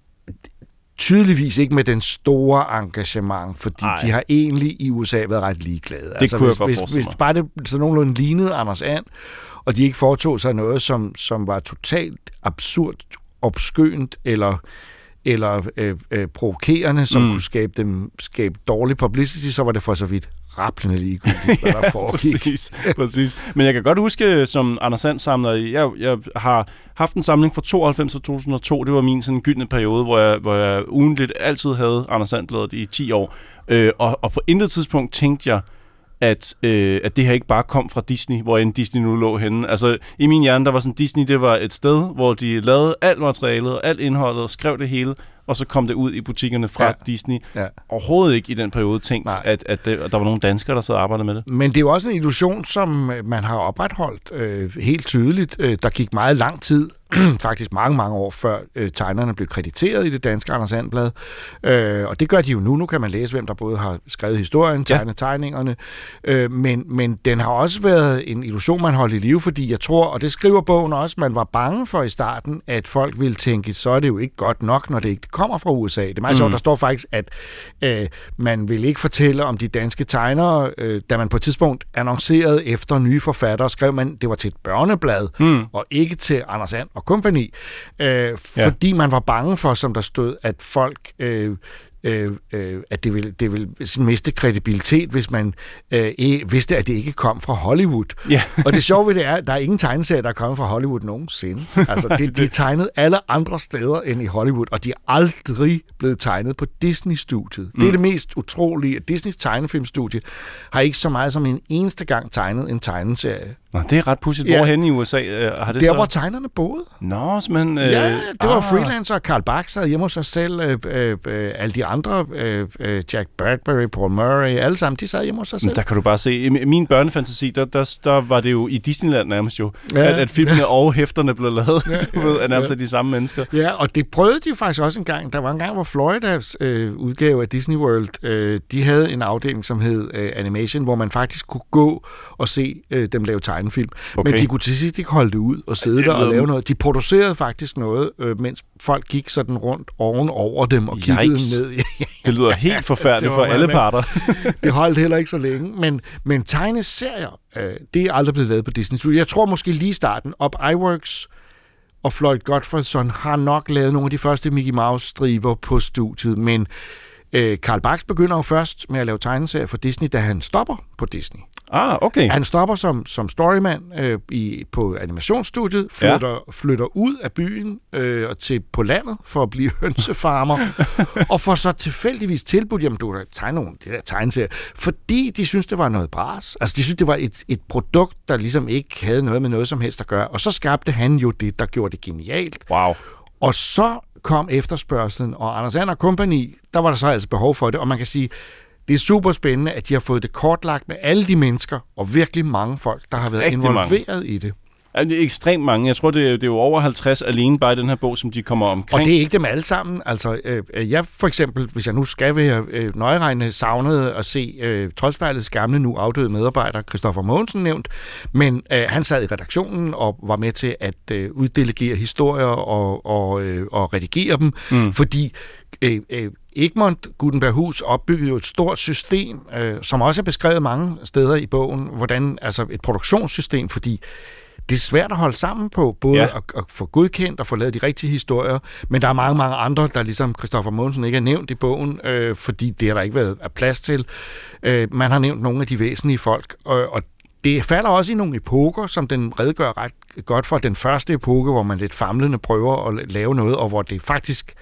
tydeligvis ikke med den store engagement, fordi Ej. de har egentlig i U S A været ret ligeglade. Det altså, kunne hvis, jeg godt hvis, forestille hvis bare det så nogenlunde lignede Anders And, og de ikke foretog sig noget, som, som var totalt absurd, obskønt eller eller øh, øh, provokerende, som mm. kunne skabe dem skabe dårlig publicity, så var det for så vidt rablende ligegyldigt, hvad der foregik. præcis, præcis. Men jeg kan godt huske, som Anders And samler, jeg, jeg har haft en samling fra tooghalvfems og to tusind og to, det var min sådan gyldne periode, hvor jeg, hvor jeg ugentligt altid havde Anders And-bladet i ti år, øh, og, og på intet tidspunkt tænkte jeg, at, øh, at det her ikke bare kom fra Disney, hvor end Disney nu lå henne. Altså, i min hjerne, der var sådan, Disney, det var et sted, hvor de lavede alt materialet, alt indholdet, og skrev det hele, og så kom det ud i butikkerne fra ja. Disney. Ja. Overhovedet ikke i den periode tænkt, at, at, det, at der var nogle danskere, der sad og arbejdede med det. Men det er jo også en illusion, som man har opretholdt øh, helt tydeligt. Øh, der gik meget lang tid, faktisk mange, mange år før øh, tegnerne blev krediteret i det danske Anders And-blad. Øh, og det gør de jo nu. Nu kan man læse, hvem der både har skrevet historien, tegnet ja. tegningerne. Øh, men, men den har også været en illusion, man holdt i live, fordi jeg tror, og det skriver bogen også, man var bange for i starten, at folk ville tænke, så er det jo ikke godt nok, når det ikke kommer fra U S A. Det er meget mm. sjovt, der står faktisk, at øh, man vil ikke fortælle om de danske tegnere, øh, da man på et tidspunkt annoncerede efter nye forfattere, skrev man, det var til et børneblad, mm. og ikke til Anders And og Company, øh, fordi ja. man var bange for, som der stod, at folk øh, øh, øh, at det ville, det ville miste kredibilitet, hvis man øh, vidste, at det ikke kom fra Hollywood. Ja. Og det sjove ved det er, at der er ingen tegneserier, der er kommet fra Hollywood nogensinde. Altså, de, de er tegnet alle andre steder end i Hollywood, og de er aldrig blevet tegnet på Disney-studiet. Mm. Det er det mest utrolige. Disneys tegnefilmstudie har ikke så meget som en eneste gang tegnet en tegneserie. Nå, det er ret pudsigt. Ja. Hvorhenne i U S A øh, har det Der, så? hvor tegnerne boede. Nå, men... Øh, ja, det var ah. freelancer. Carl Bach sad hjemme hos sig selv. Øh, øh, øh, alle de andre, øh, øh, Jack Bradbury, Paul Murray, alle sammen, de sad hjemme hos sig selv. Men der kan du bare se, i min børnefantasi, der, der, der var det jo i Disneyland nærmest jo, ja. at, at filmene og hæfterne blev lavet, ja, du ved, af nærmest ja. de samme mennesker. Ja, og det prøvede de jo faktisk også en gang. Der var en gang, hvor Floridas øh, udgave af Disney World, øh, de havde en afdeling, som hed øh, Animation, hvor man faktisk kunne gå og se øh, dem lave tegnefilm. Okay. Men de kunne til sidst ikke holde det ud og sidde der og lave noget. De producerede faktisk noget, øh, mens folk gik sådan rundt oven over dem og kiggede Yikes. ned. Det lyder helt forfærdeligt for alle parter. Det holdt heller ikke så længe. Men, men tegneserier, øh, det er aldrig blevet lavet på Disney. Jeg tror måske lige i starten, Up iWorks og Floyd Gottfredson har nok lavet nogle af de første Mickey Mouse-striber på studiet, men øh, Carl Bach begynder jo først med at lave tegneserier for Disney, da han stopper på Disney. Ah, okay. Han stopper som, som storyman øh, i, på animationsstudiet, flytter, ja. flytter ud af byen øh, og til på landet for at blive hønsefarmer, og får så tilfældigvis tilbudt, jamen du kan tegne nogle de der tegneserier, fordi de synes det var noget bras. Altså de synes det var et, et produkt, der ligesom ikke havde noget med noget som helst at gøre. Og så skabte han jo det, der gjorde det genialt. Wow. Og så kom efterspørgselen, og Anders And og Company, der var der så altså behov for det, og man kan sige, det er super spændende, at de har fået det kortlagt med alle de mennesker, og virkelig mange folk, der har været Rigtig involveret mange. i det. Ja, det er ekstremt mange. Jeg tror, det er, det er jo over halvtreds alene bare i den her bog, som de kommer omkring. Og det er ikke dem alle sammen. Altså, øh, jeg for eksempel, hvis jeg nu skal være øh, nøjeregnende, savnede at se øh, Troldspejlets gamle, nu afdøde medarbejder, Christoffer Mogensen nævnt, men øh, han sad i redaktionen og var med til at øh, uddelegere historier og, og, øh, og redigere dem, mm. fordi øh, øh, Egmont Gutenberghus opbyggede jo et stort system, øh, som også er beskrevet mange steder i bogen, hvordan altså et produktionssystem, fordi det er svært at holde sammen på, både ja. at, at få godkendt og få lavet de rigtige historier, men der er mange, mange andre, der ligesom Christoffer Mogensen ikke er nævnt i bogen, øh, fordi det har der ikke været plads til. Øh, man har nævnt nogle af de væsentlige folk, og, og det falder også i nogle epoker, som den redegør ret godt for. Den første epoke, hvor man lidt famlende prøver at lave noget, og hvor det faktisk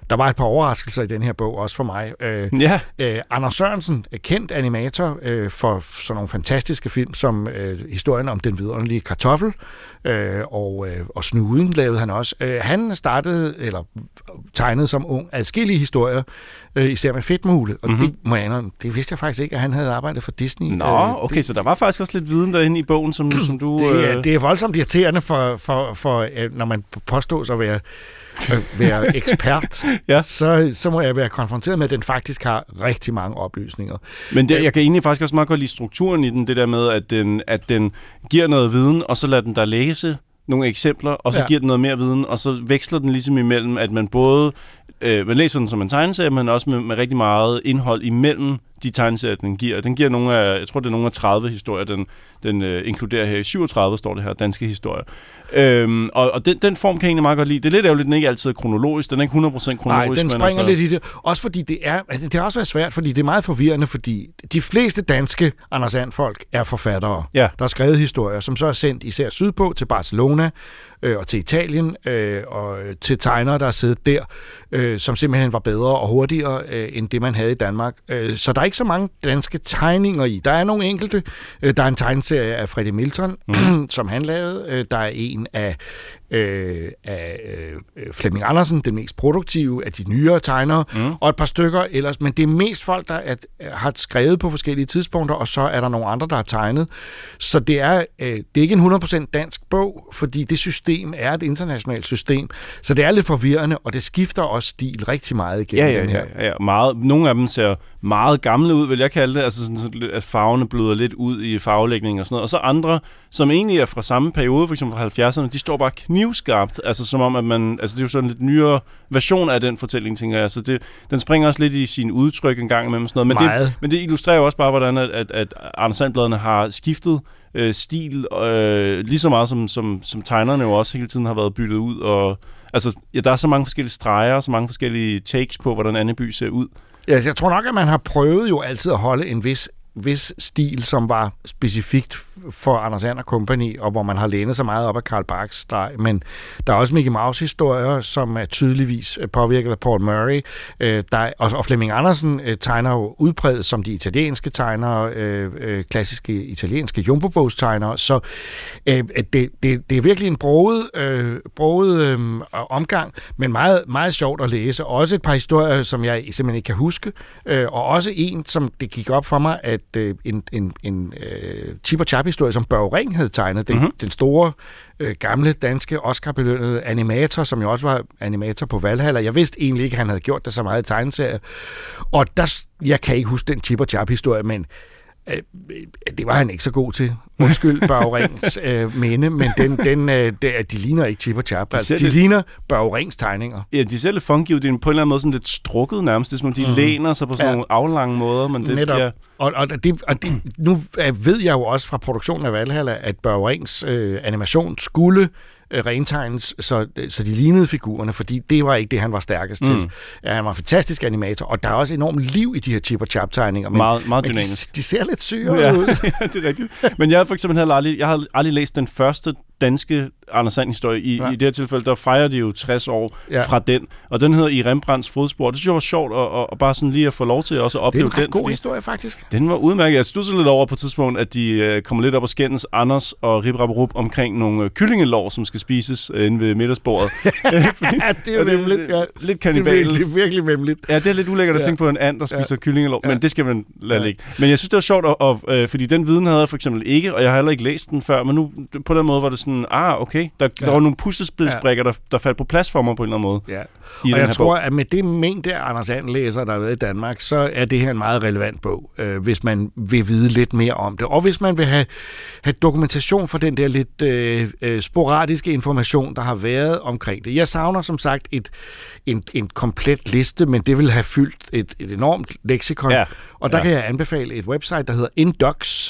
der var et par overraskelser i den her bog, også for mig. Øh, ja. øh, Anders Sørensen, kendt animator øh, for sådan nogle fantastiske film, som øh, historien om den vidunderlige kartoffel, øh, og, øh, og Snuden lavede han også. Øh, han startede, eller tegnede som ung, adskillige historier, øh, især med Fedtmule, og mm-hmm. det må jeg indrømme, det vidste jeg faktisk ikke, at han havde arbejdet for Disney. Nå, øh, okay, det, så der var faktisk også lidt viden derinde i bogen, som, som du... Det er, øh... det er voldsomt irriterende, for, for, for, øh, når man påstås at være, øh, være ekspert, ja. så, så må jeg være konfronteret med, at den faktisk har rigtig mange oplysninger. Men det, jeg kan egentlig faktisk også meget godt lide strukturen i den, det der med, at den, at den giver noget viden, og så lader den der læse nogle eksempler, og så ja. giver den noget mere viden, og så veksler den ligesom imellem, at man både øh, man læser den som en tegneserie, men også med, med rigtig meget indhold imellem de tegneserier, den giver. Den giver nogle af, jeg tror, det er nogle af tredive historier, den, den øh, inkluderer her. I syvogtredive står det her, danske historier. Øhm, og og den, den form kan jeg egentlig meget godt lide. Det er lidt ærgerligt, den ikke altid er kronologisk. Den er ikke hundrede procent kronologisk. Nej, den springer altså... lidt i det. Også fordi det er, altså det har også været svært, fordi det er meget forvirrende, fordi de fleste danske Anders And-folk er forfattere, ja. der har skrevet historier, som så er sendt især sydpå til Barcelona øh, og til Italien øh, og til tegnere, der er siddet der, øh, som simpelthen var bedre og hurtigere øh, end det, man havde i Danmark. Øh, så der er ikke så mange danske tegninger i. Der er nogle enkelte. Øh, der er en tegneserie af Freddy Milton, mm. som han lavede. Øh, der er en af Øh, af øh, Flemming Andersen, den mest produktive af de nyere tegnere, mm. og et par stykker ellers, men det er mest folk, der er, har skrevet på forskellige tidspunkter, og så er der nogle andre, der har tegnet. Så det er, øh, det er ikke en hundrede procent dansk bog, fordi det system er et internationalt system, så det er lidt forvirrende, og det skifter også stil rigtig meget igennem ja, ja, den her. Ja, ja, meget. Nogle af dem ser meget gamle ud, vil jeg kalde det, altså sådan, at farverne bløder lidt ud i farvelægning og sådan noget, og så andre, som egentlig er fra samme periode, for eksempel fra halvfjerdserne, de står bare knivskarpt, altså som om, at man, altså det er jo sådan en lidt nyere version af den fortælling, tænker jeg, så det, den springer også lidt i sin udtryk en gang imellem sådan noget, men, det, men det illustrerer jo også bare, hvordan at, at, at Anders And-bladene har skiftet øh, stil, øh, lige så meget som, som, som tegnerne jo også hele tiden har været byttet ud, og altså, ja, der er så mange forskellige streger, så mange forskellige takes på, hvordan Anneby ser ud. Ja, jeg tror nok, at man har prøvet jo altid at holde en vis vis stil, som var specifikt for Anders And og Company, og hvor man har lænet sig meget op af Carl Barks streg, men der er også Mickey Mouse-historier, som er tydeligvis påvirket af Paul Murray, øh, der, og, og Flemming Andersen øh, tegner jo udbredt som de italienske tegnere, øh, øh, klassiske italienske jumbo-bogstegnere, så øh, det, det, det er virkelig en broget, øh, broget øh, omgang, men meget, meget sjovt at læse. Også et par historier, som jeg simpelthen ikke kan huske, øh, og også en, som det gik op for mig, at en, en, en uh, Chip og Chap-historie, som Børge Ring havde tegnet, den, mm-hmm. den store, uh, gamle, danske, Oscar-belønnede animator, som jo også var animator på Valhalla. Jeg vidste egentlig ikke, at han havde gjort det så meget i tegneserier. Og der, jeg kan ikke huske den Chip og Chap-historie, men uh, det var han ikke så god til. Undskyld, Børge Rings uh, minde, men den, den, uh, de, de ligner ikke Chip og Chap. De, altså, de lidt, ligner Børge Rings tegninger. Ja, de ser lidt funky ud. Det er på en eller anden måde sådan lidt strukket nærmest. Det er som om, de mm. læner sig på sådan ja. nogle aflange måder. Men det, Netop. Ja. Og, og, det, og det, nu ved jeg jo også fra produktionen af Valhalla, at Børge Rings øh, animation skulle øh, rentegnes, så, så de lignede figurerne, fordi det var ikke det, han var stærkest mm. til. Ja, han var en fantastisk animator, og der er også enormt liv i de her Chip og Chap-tegninger. Men, meget, meget men dynamisk. De, de ser lidt syre ja, ud. Ja, det er rigtigt. Men jeg har for eksempel aldrig, jeg har aldrig læst den første danske Anders And-historie. I, ja. I det her tilfælde, der fejrer de jo tres år ja. fra den, og den hedder I Rembrandts fodspor. Det synes jeg var sjovt, og, og, og bare sådan lige at få lov til også at opleve den. Det er en den, god historie, faktisk. Den var udmærket. Jeg studsede lidt over på et tidspunkt, at de øh, kommer lidt op og skændes Anders og Rip Rap Rup omkring nogle øh, kyllingelår, som skal spises øh, inde ved middagsbordet. Ja, det er jo nemlig ja. lidt kannibal. Det er virkelig memmeligt. Ja, det er lidt ulækkert at ja. tænke på en and, der spiser ja. kyllingelår, men ja. det skal man lade ja. ligge. Men jeg synes, det var sjovt, at, og, øh, fordi den viden havde jeg for eksempel ikke, og jeg har heller ikke læst den før, men nu på den måde var det sådan, ah, okay, der, ja. der var nogle puslespilsbrikker, der, der faldt på plads for mig på en eller anden måde. Ja. Og jeg tror, bog. at med det mængde af Anders And-læser, der har været i Danmark, så er det her en meget relevant bog, øh, hvis man vil vide lidt mere om det. Og hvis man vil have, have dokumentation for den der lidt øh, øh, sporadiske information, der har været omkring det. Jeg savner som sagt et, en, en komplet liste, men det vil have fyldt et, et enormt leksikon. Ja. Og der ja. kan jeg anbefale et website, der hedder indocs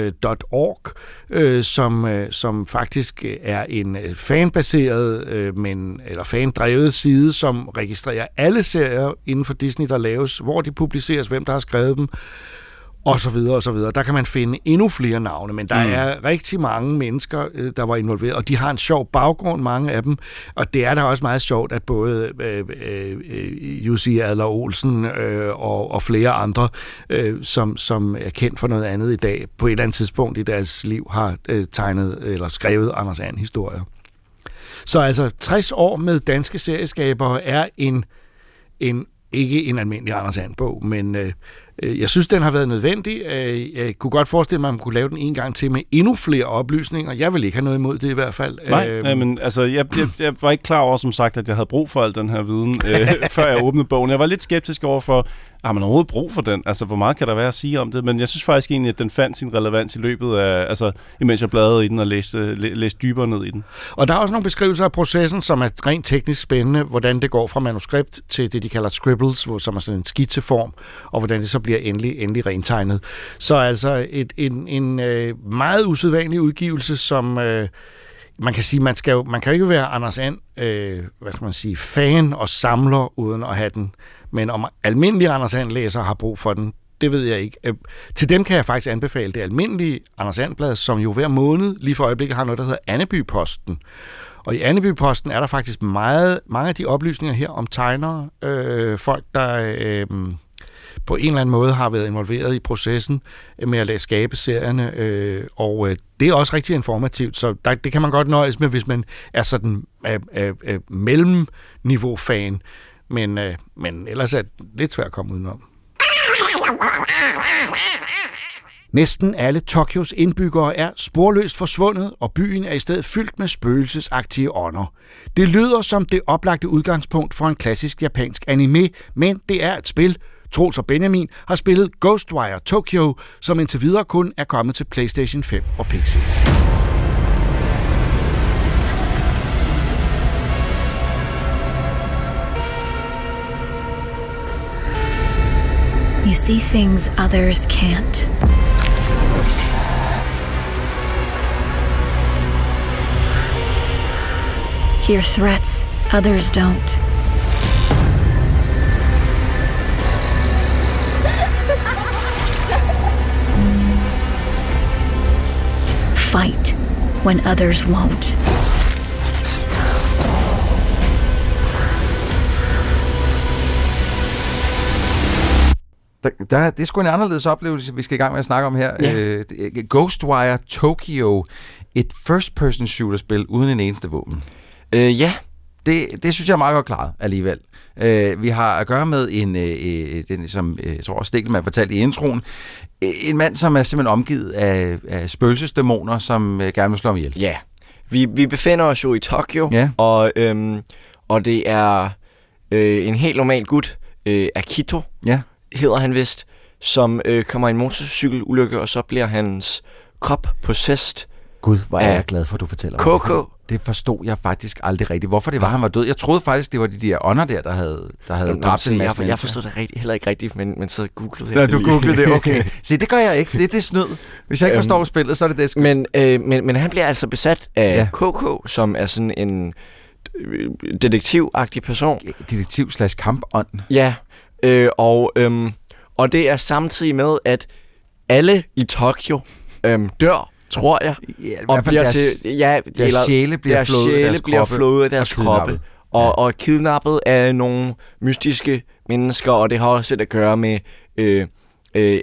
.org, øh, som, øh, som faktisk er en fanbaseret, øh, men, eller fandrevet side, som registrerer alle serier inden for Disney, der laves, hvor de publiceres, hvem der har skrevet dem. og så videre og så videre. Der kan man finde endnu flere navne, men der Mm. er rigtig mange mennesker, øh, der var involveret, og de har en sjov baggrund, mange af dem, og det er da også meget sjovt, at både øh, øh, Jussi Adler-Olsen øh, og, og flere andre, øh, som, som er kendt for noget andet i dag, på et eller andet tidspunkt i deres liv har øh, tegnet eller skrevet Anders And-historier. Så altså tres år med danske serieskabere er en, en ikke en almindelig Anders And-bog, men øh, jeg synes, den har været nødvendig. Jeg kunne godt forestille mig, at man kunne lave den en gang til med endnu flere oplysninger. Jeg vil ikke have noget imod det i hvert fald. Nej, øh, men altså, jeg, jeg, jeg var ikke klar over, som sagt, at jeg havde brug for al den her viden, øh, før jeg åbnede bogen. Jeg var lidt skeptisk over for, har man overhovedet brug for den? Altså, hvor meget kan der være at sige om det? Men jeg synes faktisk egentlig, at den fandt sin relevans i løbet af, altså, imens jeg bladrede i den og læste, læ, læste dybere ned i den. Og der er også nogle beskrivelser af processen, som er rent teknisk spændende, hvordan det går fra manuskript til det, de kalder scribbles, som er sådan en skitseform, og hvordan det så bliver endelig, endelig rentegnet. Så altså et, en, en øh, meget usædvanlig udgivelse, som øh, man kan sige, man, skal jo, man kan jo ikke være Anders And, øh, hvad skal man sige, fan og samler, uden at have den. Men om almindelige Anders And-læsere har brug for den, det ved jeg ikke. Til dem kan jeg faktisk anbefale det almindelige Anders And-blad, som jo hver måned lige for øjeblikket har noget, der hedder Anneby-posten. Og i Anneby-posten er der faktisk meget, mange af de oplysninger her om tegnere, øh, folk, der øh, på en eller anden måde har været involveret i processen med at lade skabe serierne, øh, og øh, det er også rigtig informativt, så der, det kan man godt nøjes med, hvis man er sådan øh, øh, øh, mellemniveau-fan, men, øh, men ellers er det lidt svært at komme udenom. Næsten alle Tokyos indbyggere er sporløst forsvundet, og byen er i stedet fyldt med spøgelsesagtige ånder. Det lyder som det oplagte udgangspunkt for en klassisk japansk anime, men det er et spil. Troels og Benjamin har spillet Ghostwire Tokyo, som indtil videre kun er kommet til PlayStation fem og P C. You see things others can't. Hear threats others don't. Fight when others won't. Der, der, det er sgu en anderledes oplevelse, vi skal i gang med at snakke om her. Ja. Øh, Ghostwire Tokyo, et first-person shooter-spil uden en eneste våben. Øh, ja. Det, det synes jeg er meget godt klaret alligevel. Øh, vi har at gøre med en, øh, den, som øh, jeg tror også Stikkelmann fortalte i introen, en mand, som er simpelthen omgivet af, af spøgelsesdæmoner, som øh, gerne vil slå ham ihjel. Ja. Vi, vi befinder os jo i Tokyo, ja. og, øhm, og det er øh, en helt normal gut, øh, Akito, ja. hedder han vist, som øh, kommer i en motorcykelulykke, og så bliver hans krop possessed. Gud, hvor er jeg glad for, at du fortæller K K. Det. Det forstod jeg faktisk aldrig rigtigt. Hvorfor det var, han var død? Jeg troede faktisk, det var de der ånder der, der havde, der havde Jamen, dræbt så en masse jeg, jeg forstod det rigtig, heller ikke rigtigt, men, men så googlede jeg ja, det du lige. googlede det, okay. Se, det gør jeg ikke. Det, det er snyd. Hvis jeg ikke forstår øhm, spillet, så er det det. Men, øh, men, men han bliver altså besat af ja. K K, som er sådan en detektivagtig person. Detektiv slash kampånd. Ja, øh, og, øhm, og det er samtidig med, at alle i Tokyo øhm, dør, tror jeg. Ja, og bliver deres, til, ja, deres eller, sjæle bliver deres flået sjæle af deres bliver kroppe. flået af deres kroppe. Og, ja. og kidnappet af nogle mystiske mennesker, og det har også lidt at gøre med øh, øh,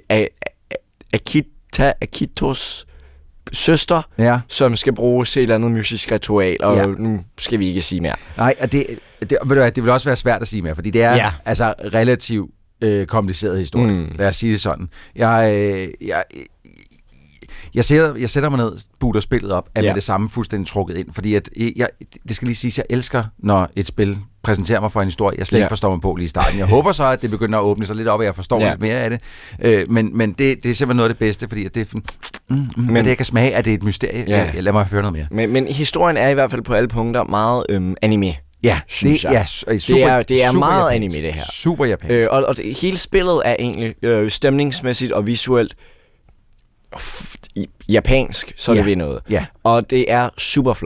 Akita, Akitos søster, ja. som skal bruges til et eller andet mystisk ritual, og ja. nu skal vi ikke sige mere. Nej, og det, det, ved du hvad, det vil også være svært at sige mere, fordi det er ja. altså relativt øh, kompliceret historie. Mm. Lad os sige det sådan. Jeg, øh, jeg, jeg, sætter, jeg sætter mig ned, booter spillet op, er ja. med det samme fuldstændig trukket ind, fordi at, jeg, det skal lige siges, jeg elsker, når et spil præsenterer mig for en historie, jeg slet ikke ja. forstår mig på lige i starten. Jeg håber så, at det begynder at åbne sig lidt op, og jeg forstår ja. lidt mere af det. Øh, men men det, det er simpelthen noget af det bedste, fordi at det, mm, mm, men, det jeg kan smage, at det er et mysterie. Ja. Jeg, lad mig høre noget mere. Men, men historien er i hvert fald på alle punkter meget øhm, anime. Ja, synes det, jeg. ja, super, det er, det er meget japansk. anime, det her. Super japansk. Øh, og og det, hele spillet er egentlig øh, stemningsmæssigt og visuelt f- japansk, så ja. det ved noget. Ja. Og det er super flot.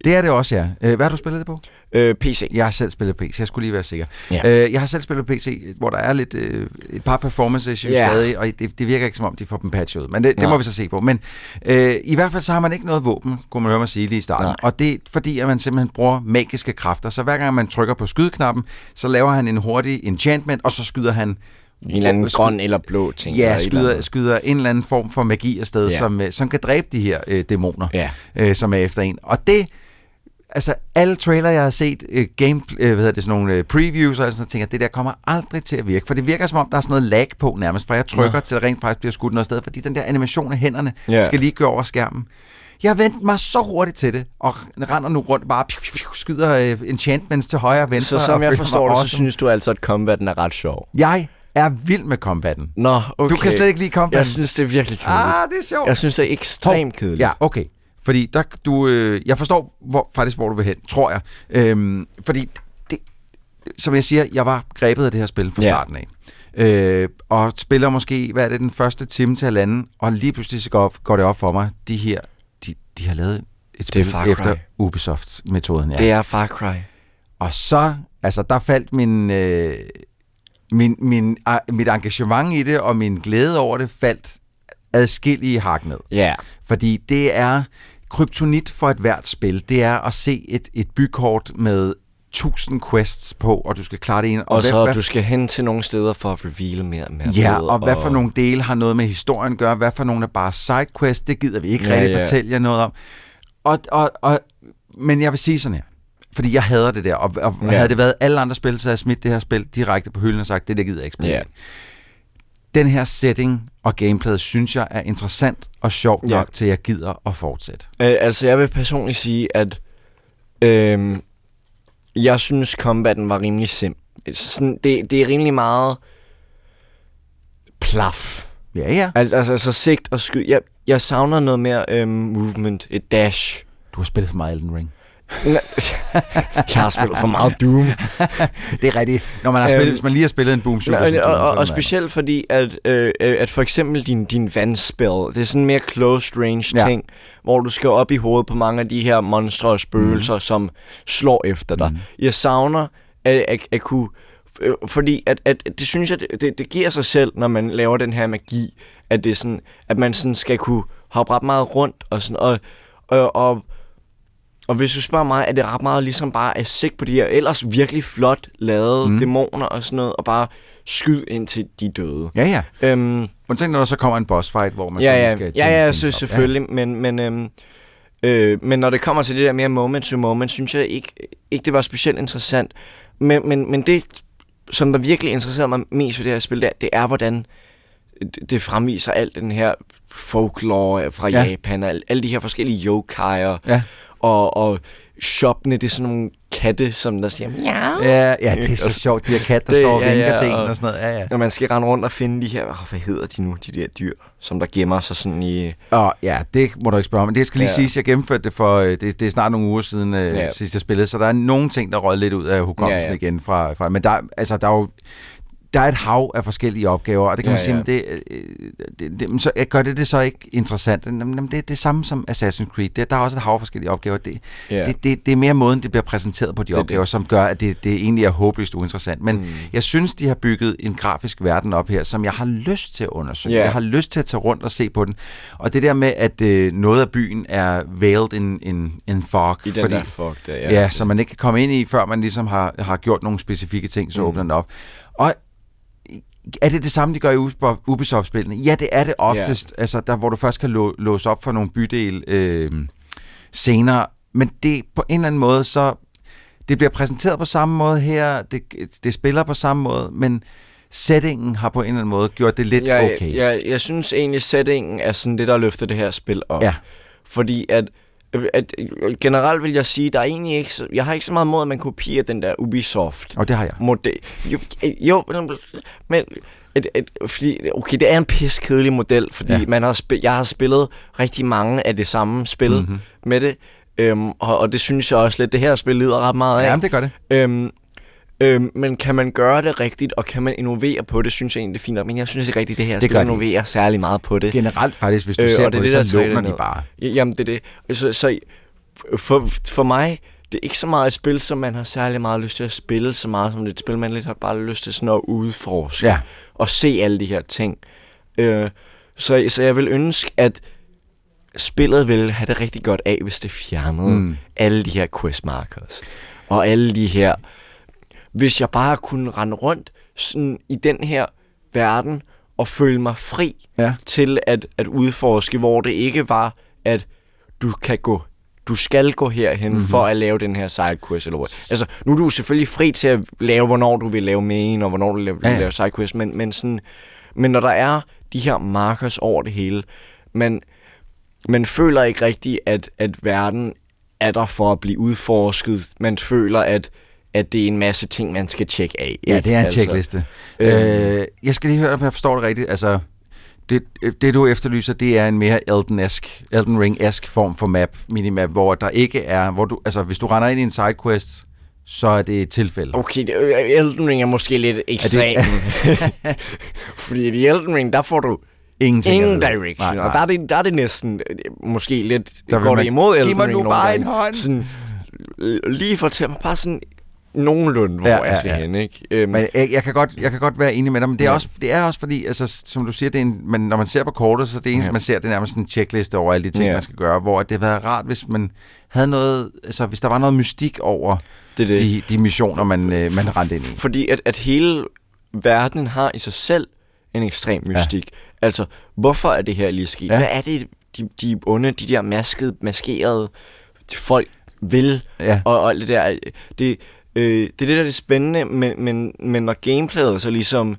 Det er det også, ja. Hvad har du spillet det på? Øh, P C. Jeg har selv spillet P C, jeg skulle lige være sikker. Ja. Øh, jeg har selv spillet P C, hvor der er lidt øh, et par performance issues Ja. stadig, og det, det virker ikke som om, de får dem patchet ud. Men det, det Nej. må vi så se på. Men øh, i hvert fald så har man ikke noget våben, kunne man høre mig sige lige i starten. Nej. Og det er fordi, at man simpelthen bruger magiske kræfter. Så hver gang man trykker på skydeknappen, så laver han en hurtig enchantment, og så skyder han en eller anden grøn eller blå ting. Ja, eller skyder, skyder en eller anden form for magi afsted, Ja. som, øh, som kan dræbe de her øh, dæmoner, Ja. øh, som er efter en. Og det, altså alle trailer, jeg har set, øh, game, øh, hvad hedder det, sådan nogle øh, previews, og sådan, tænker, det der kommer aldrig til at virke. For det virker som om, der er sådan noget lag på nærmest, for jeg trykker Nå. til, at rent faktisk bliver skudt noget sted, fordi den der animation af hænderne Ja. skal lige gå over skærmen. Jeg har ventet mig så hurtigt til det, og render nu rundt bare piu, piu, piu, skyder øh, enchantments til højre og venstre. Så som og jeg føler forstår mig det, så awesome. synes du altså, at combaten er ret sjov. Jeg er vild med combaten. Nå, okay. Du kan slet ikke lide combaten. Jeg synes, det er virkelig kedeligt. Ah, det er sjovt. Jeg synes, det er ekstremt kedeligt. Ja, okay. Fordi der, du, øh, jeg forstår hvor, faktisk, hvor du vil hen, tror jeg. Øhm, fordi, det, som jeg siger, jeg var grebet af det her spil fra Ja. starten af. Øh, og spiller måske, hvad er det, den første time til halvanden, og lige pludselig så går, går det op for mig, de her, de, de har lavet et spil Far Cry. efter Ubisofts metoden. Ja. Det er Far Cry. Og så, altså der faldt min, øh, min, min, uh, mit engagement i det, og min glæde over det, faldt adskillige hak ned. Ja. Fordi det er kryptonit for et hvert spil. Det er at se et, et bykort med tusind quests på, og du skal klare det ene. Og, og hvad, så hvad, du skal hen til nogle steder for at reveal mere og mere. Ja, ved, og hvad for nogle dele har noget med historien at gøre, hvad for nogle er bare sidequests, det gider vi ikke Ja, rigtig ja. fortælle jer noget om. Og, og, og, men jeg vil sige sådan her, fordi jeg hader det der, og, og Ja. havde det været alle andre spil, så havde jeg smidt det her spil direkte på hylden og sagt, det der gider jeg ikke spille. Ja. Den her setting og gameplayet, synes jeg er interessant og sjovt Ja. nok, til jeg gider at fortsætte. Øh, altså, jeg vil personligt sige, at øh, jeg synes, combaten var rimelig sim. Sådan, det, det er rimelig meget plaf. Ja, ja. Altså, altså, altså sigt og skyd. Jeg, jeg savner noget mere øh, movement, et dash. Du har spillet for meget Elden Ring. Jeg har spillet for meget Doom. Det er rigtigt. Når man, har spillet, Øhm, hvis man lige har spillet en Boom Shooter. Og, som og, Doom, og, så er og det specielt fordi, at, øh, at for eksempel din, din vandspil, det er sådan mere close range Ja. ting, hvor du skal op i hovedet på mange af de her monstre og spøgelser, mm. som slår efter dig. Mm. Jeg savner at, at, at kunne... øh, Fordi at, at, at det synes jeg, det, det giver sig selv, når man laver den her magi, at, det er sådan, at man sådan skal kunne hoppe ret meget rundt, og sådan, og, og, og Og hvis du spørger mig, er det ret meget ligesom bare at sigte på de her ellers virkelig flot lavede mm. dæmoner og sådan noget, og bare skyde indtil de døde. Ja, ja. Øhm, Men tænk, når der så kommer en boss fight, hvor man ja, sådan ja, skal... ja, ja, jeg tænke synes op. selvfølgelig, ja. men, men, øhm, øh, men når det kommer til det der mere moment to moment, synes jeg ikke, ikke det var specielt interessant. Men, men, men det, som der virkelig interesserer mig mest ved det her spil, det er, det er hvordan det, det fremviser alt den her folklore fra Ja. Japan, og alle de her forskellige yokai'er, Ja. og, og shoppene, det er sådan nogle katte, som der siger miau. Ja, ja, det er så sjovt, de her katte, der Det- står og ja, vinker ja, til en og- og sådan noget. Ja, ja. Og man skal rende rundt og finde de her, oh, hvad hedder de nu, de der dyr, som der gemmer sig sådan i... Og ja, det må du ikke spørge om. Men det skal lige Ja. ja. siges, jeg gennemførte det for, øh, det, det er snart nogle uger siden, øh, Ja. ja. sidst jeg spillede, så der er nogle ting, der røg lidt ud af hukommelsen Ja, ja, ja. ja. igen fra, fra, men der, altså, der er jo der er et hav af forskellige opgaver, og det kan Ja, man sige, ja. men det, øh, det, det, men så gør det det så ikke interessant. Jamen, det er det samme som Assassin's Creed. Det, der er også et hav af forskellige opgaver. Det, Ja. det, det, det er mere måden, det bliver præsenteret på de Det er opgaver, det. som gør, at det, det egentlig er håbløst uinteressant. Men Mm. jeg synes, de har bygget en grafisk verden op her, som jeg har lyst til at undersøge. Ja. Jeg har lyst til at tage rundt og se på den. Og det der med, at øh, noget af byen er veiled in, in, in fog. I den fordi, der fog der, ja. ja. Så man ikke kan komme ind i, før man ligesom har, har gjort nogle specifikke ting, så Mm. mm. åbner den op. Og er det det samme, de gør i Ubisoft- Ubisoft-spillene? Ja, det er det oftest. Yeah. Altså, der hvor du først kan lå, låse op for nogle bydel øh, senere. Men det på en eller anden måde, så det bliver præsenteret på samme måde her, det, det spiller på samme måde, men settingen har på en eller anden måde gjort det lidt jeg, okay. Jeg, jeg synes egentlig, settingen er sådan det, der løfter det her spil op. Ja. Fordi at, at generelt vil jeg sige, der er egentlig ikke, så- jeg har ikke så meget mod, at man kopierer den der Ubisoft. Og det har jeg. Model. Jo, jo men et, et, fordi, okay, det er en piskedelig model, fordi ja. man har spil, jeg har spillet rigtig mange af det samme spil Mhm. med det, øhm, og, og det synes jeg også lidt, det her spil lider ret meget af. Ja, men det gør det. Øhm, øhm, men kan man gøre det rigtigt, og kan man innovere på det, synes jeg egentlig, det er fint nok. Men jeg synes ikke rigtigt, det her Det spil gør de. innoverer særlig meget på det. Generelt faktisk, hvis du Øh, ser og på det er det, det, der så trækker låner de ned. bare. Ja, jamen, det er det. Så, så for, for mig, det er ikke så meget et spil, som man har særlig meget lyst til at spille, så meget som det er et spil, man lidt har bare lyst til sådan at udforske. Ja. Og se alle de her ting. Øh, så, så jeg vil ønske, at spillet ville have det rigtig godt af, hvis det fjernede mm. alle de her quest markers. Og alle de her... Hvis jeg bare kunne rende rundt sådan i den her verden og føle mig fri ja. til at, at udforske, hvor det ikke var, at du kan gå, du skal gå herhen mm-hmm. for at lave den her sidequest eller hvad. Altså, nu er du selvfølgelig fri til at lave, hvornår du vil lave main og hvornår du vil lave, ja, ja. lave sidequest, men, men sådan, men når der er de her markers over det hele, man, man føler ikke rigtigt, at, at verden er der for at blive udforsket. Man føler, at at det er en masse ting, man skal tjekke af. Ja, det er en altså, checkliste. Øh, øh, jeg skal lige høre, om jeg forstår det rigtigt. Altså, det, det du efterlyser, det er en mere Elden-esk, Elden Ring-esk form for map, minimap, hvor der ikke er, hvor du, altså hvis du render ind i en sidequest, så er det et tilfælde. Okay, det, Elden Ring er måske lidt ekstrem. Fordi i Elden Ring, der får du Ingenting ingen direction, nej, nej. og der er, det, der er det næsten måske lidt, der går det man, imod Elden Ring. Giv mig nu bare en hånd. Sådan, lige for til mig bare sådan nogenlunde, hvor ja, jeg skal ja, ja. hen, ikke? Um, men jeg, jeg, kan godt, jeg kan godt være enig med dig, men det er, ja. også, det er også fordi, altså, som du siger, det er en, man, når man ser på kortet, så det eneste, ja. man ser, det er nærmest sådan en checkliste over alle de ting, ja. man skal gøre, hvor det havde været rart, hvis man havde noget, altså hvis der var noget mystik over det det. De, de missioner, man, man rendte ind i. Fordi at, at hele verden har i sig selv en ekstrem mystik. Ja. Altså, hvorfor er det her lige sket? Ja. Hvad er det, de, de onde, de der maskede, maskerede folk vil, ja. og, og alt det der, det Øh, det er det, der er det spændende, men, men, men når gameplayet så ligesom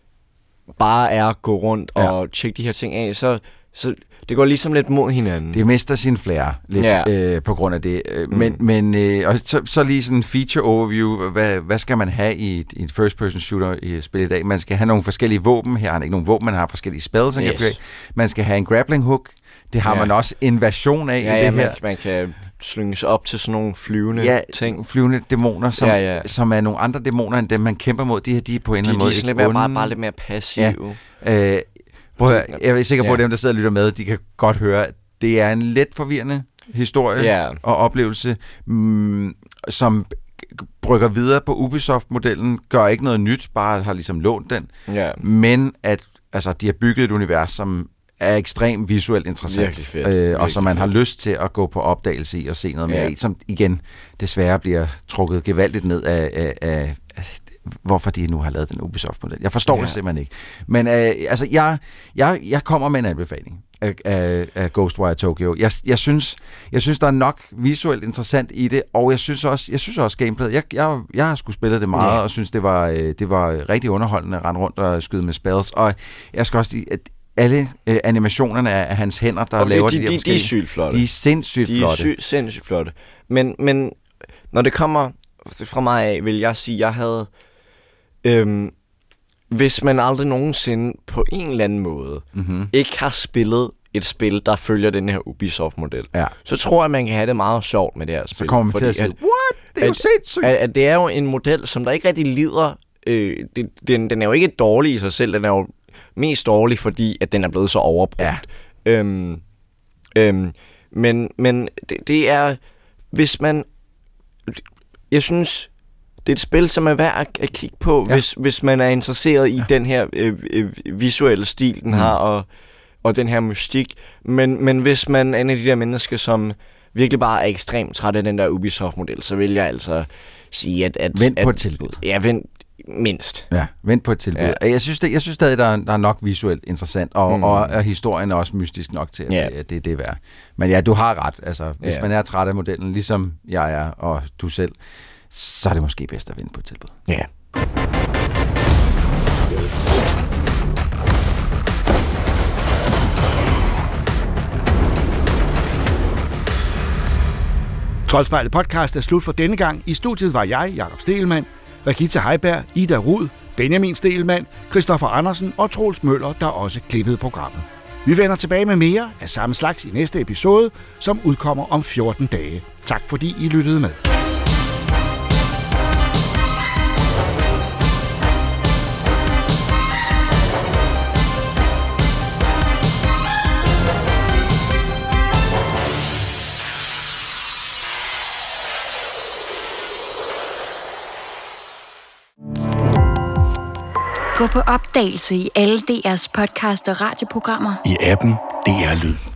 bare er at gå rundt ja. og tjekke de her ting af, så, så det går ligesom lidt mod hinanden. Det mister sin flair lidt ja. øh, på grund af det. Mm. Men, men øh, og så, så lige sådan en feature overview. Hvad, hvad skal man have i et, i et first-person shooter i spil i dag? Man skal have nogle forskellige våben. Her har han ikke nogen våben, man har forskellige spells. Yes. Man skal have en grappling hook. Det har ja. man også en version af ja, i det ja, her. Man, man kan slynge sig op til sådan nogle flyvende ja, ting. flyvende dæmoner, som, ja, ja. som er nogle andre dæmoner, end dem, man kæmper mod. De her, de er på en eller anden måde ikke onde. De er lidt bare, bare lidt mere passive. Ja. Øh, prøv at, jeg er sikker på, ja. at dem, der sidder og lytter med, de kan godt høre, at det er en let forvirrende historie ja. og oplevelse, mm, som brygger videre på Ubisoft-modellen, gør ikke noget nyt, bare har ligesom lånt den, ja. men at altså, de har bygget et univers, som er ekstremt visuelt interessant, fedt, øh, og som man fedt. har lyst til at gå på opdagelse i og se noget mere ja. i, som igen desværre bliver trukket gevaldigt ned af, af, af, af hvorfor de nu har lavet den Ubisoft-model. Jeg forstår ja. det simpelthen ikke. Men øh, altså, jeg, jeg, jeg kommer med en anbefaling af, af, af Ghostwire Tokyo. Jeg, jeg, synes, jeg synes, der er nok visuelt interessant i det, og jeg synes også, jeg synes også gameplayet. Jeg, jeg, jeg har sgu spillet det meget, ja. og synes, det var, det var rigtig underholdende at rende rundt og skyde med spells, og jeg skal også sige, at alle øh, animationerne af hans hænder, der og laver de, de, de der de, de er sygt flotte. De er sindssygt de er flotte. De er sy- sindssygt flotte. Men, men når det kommer fra mig af, vil jeg sige, jeg havde... Øhm, hvis man aldrig nogensinde på en eller anden måde mm-hmm. ikke har spillet et spil, der følger den her Ubisoft-model, ja. så tror jeg, man kan have det meget sjovt med det her spil. Så kommer man til at sige, at, what? Det er jo sindssygt! At, at det er jo en model, som der ikke rigtig lider... Øh, det, den, den er jo ikke dårlig i sig selv, den er jo mest dårlig, fordi at den er blevet så overbrugt. Ja. Øhm, øhm, men men det, det er, hvis man... Jeg synes, det er et spil, som er værd at, at kigge på, ja. hvis, hvis man er interesseret i ja. den her øh, øh, visuelle stil, den mm. har, og, og den her mystik. Men, men hvis man er en af de der mennesker, som virkelig bare er ekstremt træt af den der Ubisoft-model, så vil jeg altså sige, at... at vent at, på et tilbud. Ja, vent mindst. Ja, vent på et tilbud. Ja. Jeg synes, det, jeg synes stadig, der er, der er nok visuelt interessant, og, mm. og, og historien er også mystisk nok til, at ja. det, det, det er værd. Men ja, du har ret. Altså, hvis ja. man er træt af modellen, ligesom jeg er, og du selv, så er det måske bedst at vente på et tilbud. Ja. Troldspejlet podcast er slut for denne gang. I studiet var jeg, Jakob Stegelmann, Regitze Heiberg, Ida Rud, Benjamin Stegelmann, Christoffer Andersen og Troels Møller, der også klippede programmet. Vi vender tilbage med mere af samme slags i næste episode, som udkommer om fjorten dage. Tak fordi I lyttede med. Gå på opdagelse i alle D R's podcast og radioprogrammer. I appen D R Lyd.